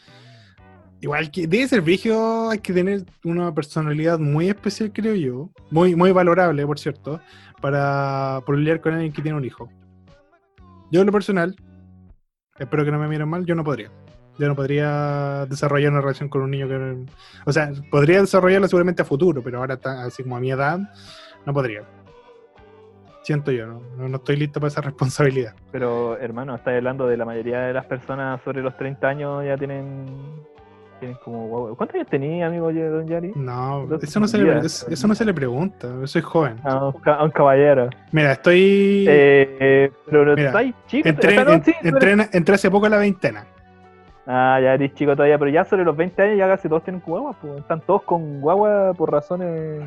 Igual que debe ser brígido, hay que tener una personalidad muy especial, creo yo. Muy, muy valorable, por cierto, para pololear con alguien que tiene un hijo. Yo en lo personal, espero que no me miren mal, yo no podría. Yo no podría desarrollar una relación con un niño que... O sea, podría desarrollarla seguramente a futuro, pero ahora, está, así como a mi edad, no podría. Siento yo, no, no, no estoy listo para esa responsabilidad. Pero, hermano, estás hablando de la mayoría de las personas sobre los treinta años ya tienen. Tienen como. Wow. ¿Cuántos años tenía, amigo don Yari? No, Entonces, eso no, se le, mira, eso, eso no se le pregunta, yo soy joven. A un, ca- a un caballero. Mira, estoy... Eh, eh, pero Mira, estáis chicos. entré, o sea, no, en- sí, tú entré, eres- en- entré hace poco a la veintena. Ah, ya eres chico todavía, pero ya sobre los veinte años ya casi todos tienen guagua, pues. Están todos con guagua por razones.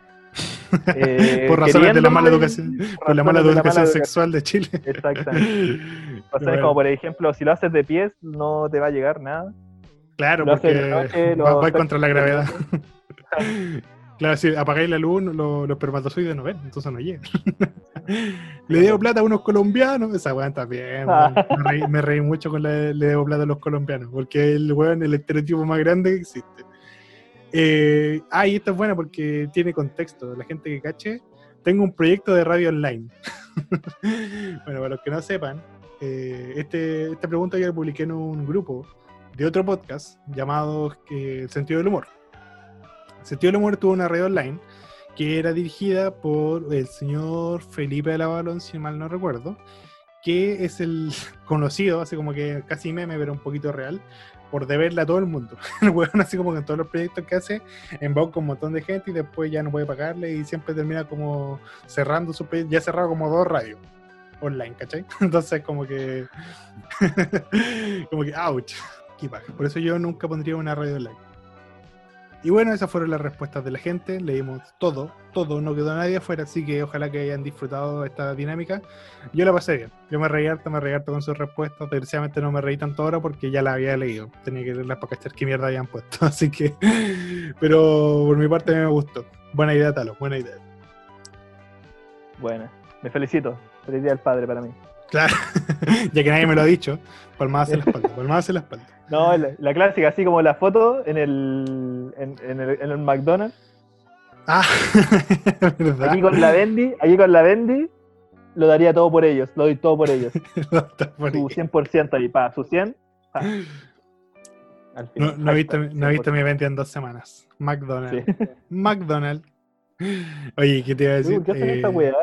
eh, Por razones de la mala queriendo y- educación, por por la mala razones de la educación mala sexual de Chile. Exactamente. Razones Bueno, como, por ejemplo, si lo haces de pies, no te va a llegar nada. claro, lo hace porque de noche, va, lo va hace- contra la gravedad. Claro, si apagáis la luz, los, los espermatozoides no ven, entonces no llegan. Le debo plata a unos colombianos, esa weón también. Ah. Me, reí, me reí mucho con la de le debo plata a los colombianos, porque el weón es el estereotipo más grande que existe. Eh, ah, y esta es buena porque tiene contexto. La gente que cache, tengo un proyecto de radio online. Bueno, para los que no sepan, eh, este, esta pregunta yo la publiqué en un grupo de otro podcast llamado eh, El Sentido del Humor. El Sentido del Humor tuvo una red online que era dirigida por el señor Felipe de la Balón, si mal no recuerdo, que es el conocido, así como que casi meme, pero un poquito real, por deberle a todo el mundo. El weón, así como que en todos los proyectos que hace, embauca un montón de gente y después ya no puede pagarle y siempre termina como cerrando su proyecto, ya ha cerrado como dos radios online, ¿cachai? Entonces como que como que ouch, qué paja. Por eso yo nunca pondría una radio online. Y bueno, esas fueron las respuestas de la gente, leímos todo, todo, no quedó nadie afuera, así que ojalá que hayan disfrutado esta dinámica. Yo la pasé bien, yo me reí harto, me reí harto con sus respuestas, desgraciadamente no me reí tanto ahora porque ya la había leído, tenía que leerlas para cachar qué mierda habían puesto, así que, pero por mi parte me gustó, buena idea Talo, buena idea. Bueno, me felicito. Feliz día del padre para mí. Claro, ya que nadie me lo ha dicho, palmadas en la espalda, palmadas en la espalda. No, la, la clásica, así como la foto en el, en, en el, en el McDonald's. Ah, ¿verdad? Aquí con la Bendy, aquí con la Bendy, lo daría todo por ellos, lo doy todo por ellos. por su cien por ciento ahí, pa, su cien. Pa. Al final, no, no he visto, no visto mi Bendy en dos semanas. McDonald's. Sí. McDonald's. Oye, ¿qué te iba a decir? ¿Qué hacen eh... esta weá?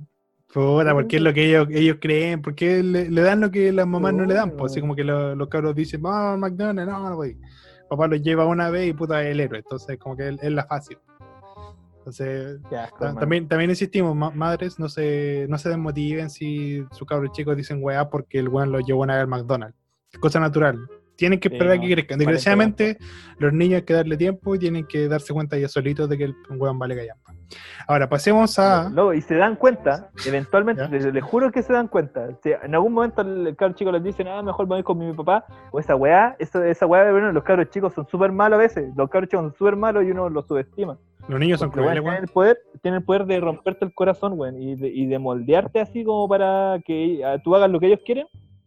Puta, porque es lo que ellos, ellos creen, porque le, le dan lo que las mamás no, no le dan, pues así como que lo, los cabros dicen, vamos oh, McDonald's, no, güey. Papá los lleva una vez y puta es el héroe, entonces como que es, es la fácil. Entonces, asco, también, también insistimos, ma- madres, no se, no se desmotiven si sus cabros chicos dicen weá porque el weón los llevó a ver al McDonald's. Es cosa natural. Tienen que esperar sí, no, a que crezcan. Desgraciadamente, los niños hay que darle tiempo y tienen que darse cuenta ya solitos de que el weón vale callampa. Ahora, pasemos a... No, y se dan cuenta, eventualmente, les, les juro que se dan cuenta. Si en algún momento el cabro chico les dicen, ah, mejor me voy con mi papá, o esa weá, esa, esa weá, bueno, los cabros chicos son súper malos a veces. Los cabros chicos son súper malos y uno los subestima. Los niños son crueles, weón. Tienen el poder, tienen el poder de romperte el corazón, weón, y de, y de moldearte así como para que tú hagas lo que ellos quieren.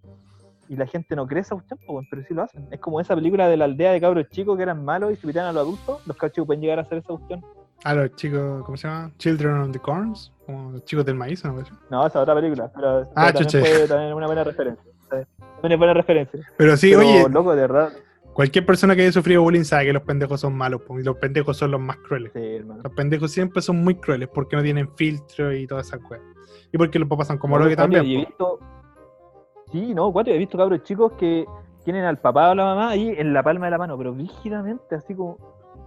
Y la gente no cree esa cuestión, pues, pero sí lo hacen. Es como esa película de la aldea de cabros chicos que eran malos y se pitean a los adultos. Los cabros chicos pueden llegar a hacer esa cuestión. Ah, los chicos, ¿cómo se llama? Children of the Corns, como los chicos del maíz, ¿no? No, esa es otra película, pero, ah, pero también puede tener una buena referencia. También es buena referencia. Pero sí, pero, oye, loco, de verdad. Cualquier persona que haya sufrido bullying sabe que los pendejos son malos, y los pendejos son los más crueles. Sí, hermano. Los pendejos siempre son muy crueles porque no tienen filtro y todas esas cosas. Y porque los papás son como lo que también. He visto... Sí, no, cuatro, he visto cabros chicos que tienen al papá o la mamá ahí en la palma de la mano, pero rígidamente, así como,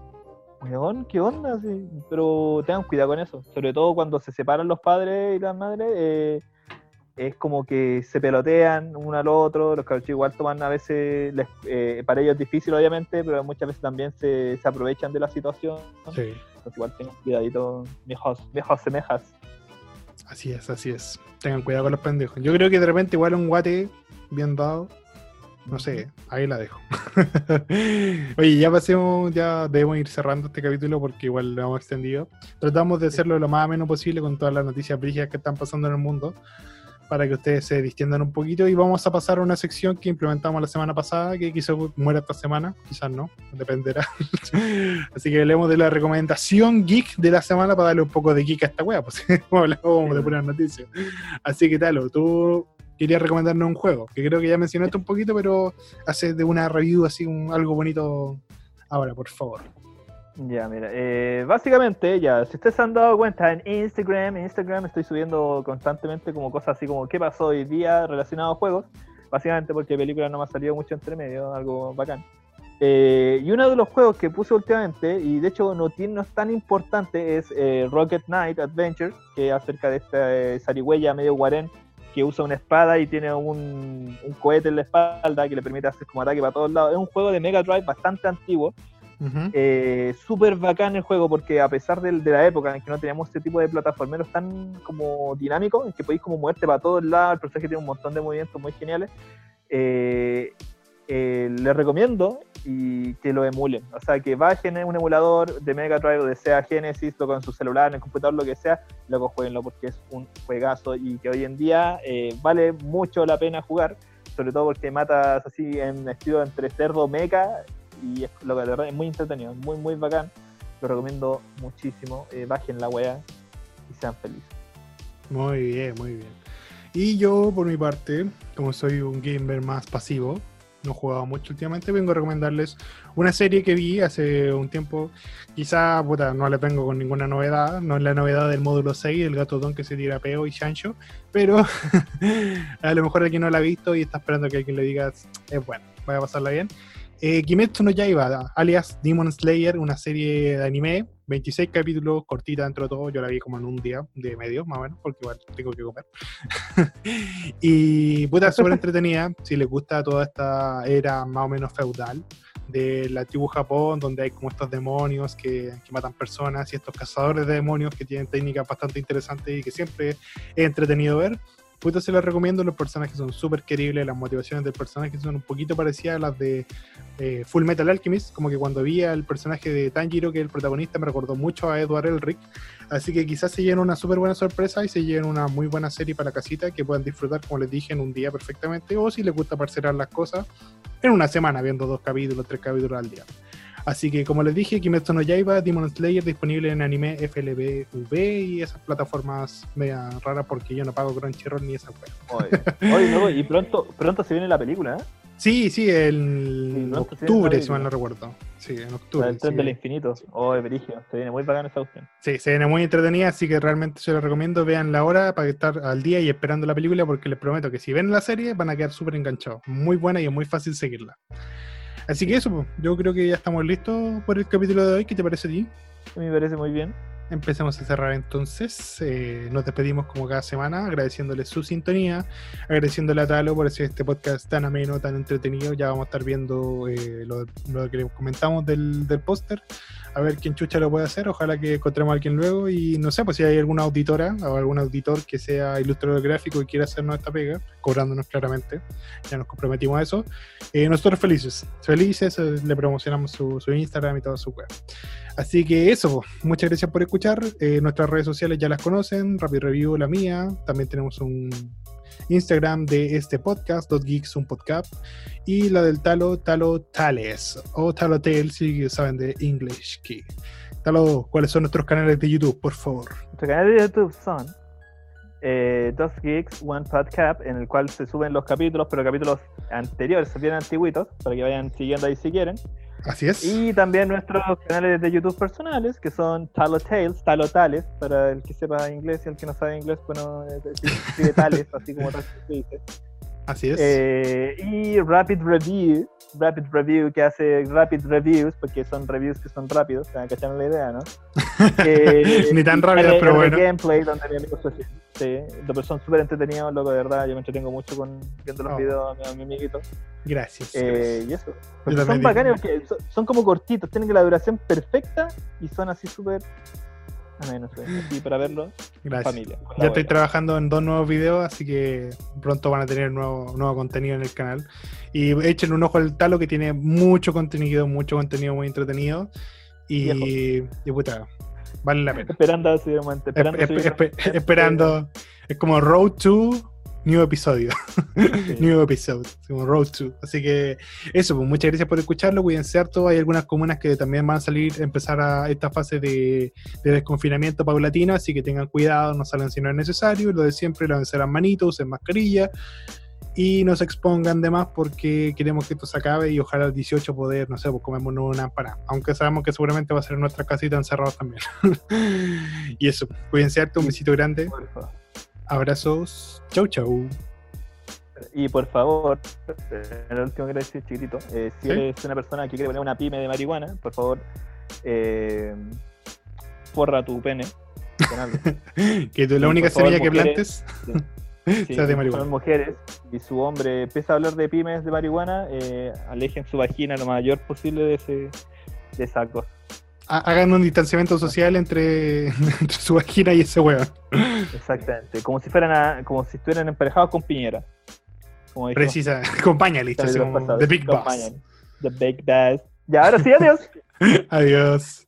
weón, ¿qué onda? Así, pero tengan cuidado con eso, sobre todo cuando se separan los padres y las madres, eh, es como que se pelotean uno al otro, los cabros chicos igual toman a veces, les, eh, para ellos es difícil obviamente, pero muchas veces también se, se aprovechan de la situación, sí. Entonces igual tengan cuidadito, viejos, viejos semejas. Así es, así es. Tengan cuidado con los pendejos. Yo creo que de repente igual un guate bien dado, no sé, ahí la dejo. Oye, ya pasemos, ya debemos ir cerrando este capítulo porque igual lo hemos extendido. Tratamos de hacerlo lo más ameno posible con todas las noticias brígidas que están pasando en el mundo para que ustedes se distiendan un poquito y vamos a pasar a una sección que implementamos la semana pasada, que quizás muera esta semana, quizás no, dependerá. Así que hablemos de la recomendación geek de la semana para darle un poco de geek a esta wea, pues hablamos de puras noticias. Así que Talo, tú querías recomendarnos un juego, que creo que ya mencionaste un poquito, pero haces de una review así, un, algo bonito ahora, por favor. Ya, mira, eh, básicamente, ya, si ustedes se han dado cuenta, en Instagram, en Instagram estoy subiendo constantemente como cosas así como qué pasó hoy día relacionado a juegos, básicamente porque películas no me ha salido mucho entre medio, algo bacán. Eh, y uno de los juegos que puse últimamente, y de hecho no, tiene, no es tan importante, es eh, Rocket Knight Adventure, que es acerca de esta eh, zarigüeya medio guarén, que usa una espada y tiene un, un cohete en la espalda que le permite hacer como ataque para todos lados. Es un juego de Mega Drive bastante antiguo. Uh-huh. Eh, súper bacán el juego porque a pesar de, de la época en que no teníamos este tipo de plataformeros tan como dinámicos, en que podéis como moverte para todos lados, el personaje tiene un montón de movimientos muy geniales, eh, eh, les recomiendo y que lo emulen, o sea que bajen un emulador de Mega Drive o de Sega Genesis, lo con su celular, en el computador, lo que sea, luego jueguenlo porque es un juegazo y que hoy en día eh, vale mucho la pena jugar, sobre todo porque matas así en estilo entre cerdo mecha. Y es, lo que de verdad es muy entretenido, muy muy bacán, lo recomiendo muchísimo, eh, bajen la wea y sean felices. Muy bien, muy bien. Y yo por mi parte, como soy un gamer más pasivo, no he jugado mucho últimamente, vengo a recomendarles una serie que vi hace un tiempo, quizá puta, no le vengo con ninguna novedad, no es la novedad del módulo seis, el gato don que se tira peo y chancho, pero a lo mejor alguien no la ha visto y está esperando que alguien le diga es bueno, vaya a pasarla bien. Eh, Kimetsu no Yaiba, alias Demon Slayer, una serie de anime, veintiséis capítulos, cortita dentro de todo, yo la vi como en un día de medio, más o menos, porque igual tengo que comer. Y puta, súper entretenida, si les gusta toda esta era más o menos feudal del antiguo Japón, donde hay como estos demonios que, que matan personas y estos cazadores de demonios que tienen técnicas bastante interesantes y que siempre es entretenido ver. puta, se las recomiendo. Los personajes son súper queribles, las motivaciones del personaje son un poquito parecidas a las de eh, Full Metal Alchemist, como que cuando vi al personaje de Tanjiro, que es el protagonista, me recordó mucho a Edward Elric, así que quizás se lleven una súper buena sorpresa y se lleven una muy buena serie para la casita que puedan disfrutar, como les dije, en un día perfectamente, o si les gusta parcelar las cosas, en una semana viendo dos capítulos, tres capítulos al día. Así que, como les dije, Kimetsu no Yaiba, Demon Slayer, disponible en anime F L B V y esas plataformas media raras porque yo no pago Crunchyroll ni esas cosas. Oye, oye, no, y pronto, pronto se viene la película, ¿eh? Sí, sí, en sí, octubre, si mal no recuerdo. Sí, en octubre. El tren sí. del infinito. Oh, es brígido. Se viene muy bacana esa opción. Sí, se viene muy entretenida, así que realmente se lo recomiendo. Vean la hora para estar al día y esperando la película, porque les prometo que si ven la serie van a quedar súper enganchados. Muy buena y es muy fácil seguirla. Así que eso, yo creo que ya estamos listos por el capítulo de hoy. ¿Qué te parece a ti? Me parece muy bien. Empecemos a cerrar entonces. Eh, nos despedimos como cada semana, agradeciéndole su sintonía, agradeciéndole a Talo por hacer este podcast tan ameno, tan entretenido. Ya vamos a estar viendo eh, lo, lo que les comentamos del, del póster, a ver quién chucha lo puede hacer. Ojalá que encontremos a alguien luego. Y no sé, pues si hay alguna auditora o algún auditor que sea ilustrador gráfico y quiera hacernos esta pega, cobrándonos claramente, ya nos comprometimos a eso. Eh, nosotros felices, felices, eh, le promocionamos su, su Instagram y toda su web. Así que eso, muchas gracias por escuchar. Eh, nuestras redes sociales ya las conocen, Rapid Review la mía, también tenemos un Instagram de este podcast, .geeks, un podcast, y la del Talo, Talo Tales, o Talo Tales, si saben de English Key. Talo, ¿cuáles son nuestros canales de YouTube, por favor? Nuestros canales de YouTube son eh, Dos Geeks, One Podcast, en el cual se suben los capítulos, pero capítulos anteriores, bien antiguitos, para que vayan siguiendo ahí si quieren. Así es. Y también nuestros canales de YouTube personales, que son Talo Tales, Talo Tales, para el que sepa inglés y el que no sabe inglés, bueno, sigue Tales, así como tal se dice. Así es. Eh, y Rapid Review, Rapid Review, que hace Rapid Reviews, porque son reviews que son rápidos, se van a cachar la idea, ¿no? Eh, Ni tan rápidos, pero bueno. Gameplay, donde mi amigo se sí, pero son súper entretenidos, loco, de verdad. Yo me entretengo mucho con viendo los oh. videos a mi, a mi amiguito. Gracias. Eh, y eso. Porque son bacanes, porque son, son como cortitos, tienen la duración perfecta y son así súper. A menos, así para verlo. Gracias. En familia. Ya estoy trabajando en dos nuevos videos, así que pronto van a tener nuevo, nuevo contenido en el canal. Y échenle un ojo al Talo, que tiene mucho contenido, mucho contenido muy entretenido. Y, y puta, vale la pena. Esperando, así de momento, esperando, esp- esp- esp- esperando. Es como Road to New Episodio. Sí. New Episode. Como Road to. Así que eso, pues muchas gracias por escucharlo. Cuídense harto. Hay algunas comunas que también van a salir, empezar a esta fase de, de desconfinamiento paulatino. Así que tengan cuidado, no salgan si no es necesario. Lo de siempre, lávense las manitos, usen mascarilla. Y no se expongan de más, porque queremos que esto se acabe y ojalá el dieciocho poder, no sé, pues comémonos una empanada. Aunque sabemos que seguramente va a ser en nuestra casita encerrados también. Y eso, cuídense harto, un besito grande. Abrazos, chau chau. Y por favor, el último que quiero decir, chiquitito, eh, si ¿sí? eres una persona que quiere poner una pyme de marihuana, por favor, eh, forra tu pene con algo. Que tú, la única semilla que plantes... Sí. Sí, son mujeres y su hombre empieza a hablar de pymes de marihuana, eh, alejen su vagina lo mayor posible de ese de esa cosa. Hagan un distanciamiento social entre, entre su vagina y ese huevo. Exactamente, como si fueran a, como si estuvieran emparejados con Piñera. Como precisa, acompaña listo, The Big Boss. The Big Boss. Ya, ahora sí, adiós. Adiós.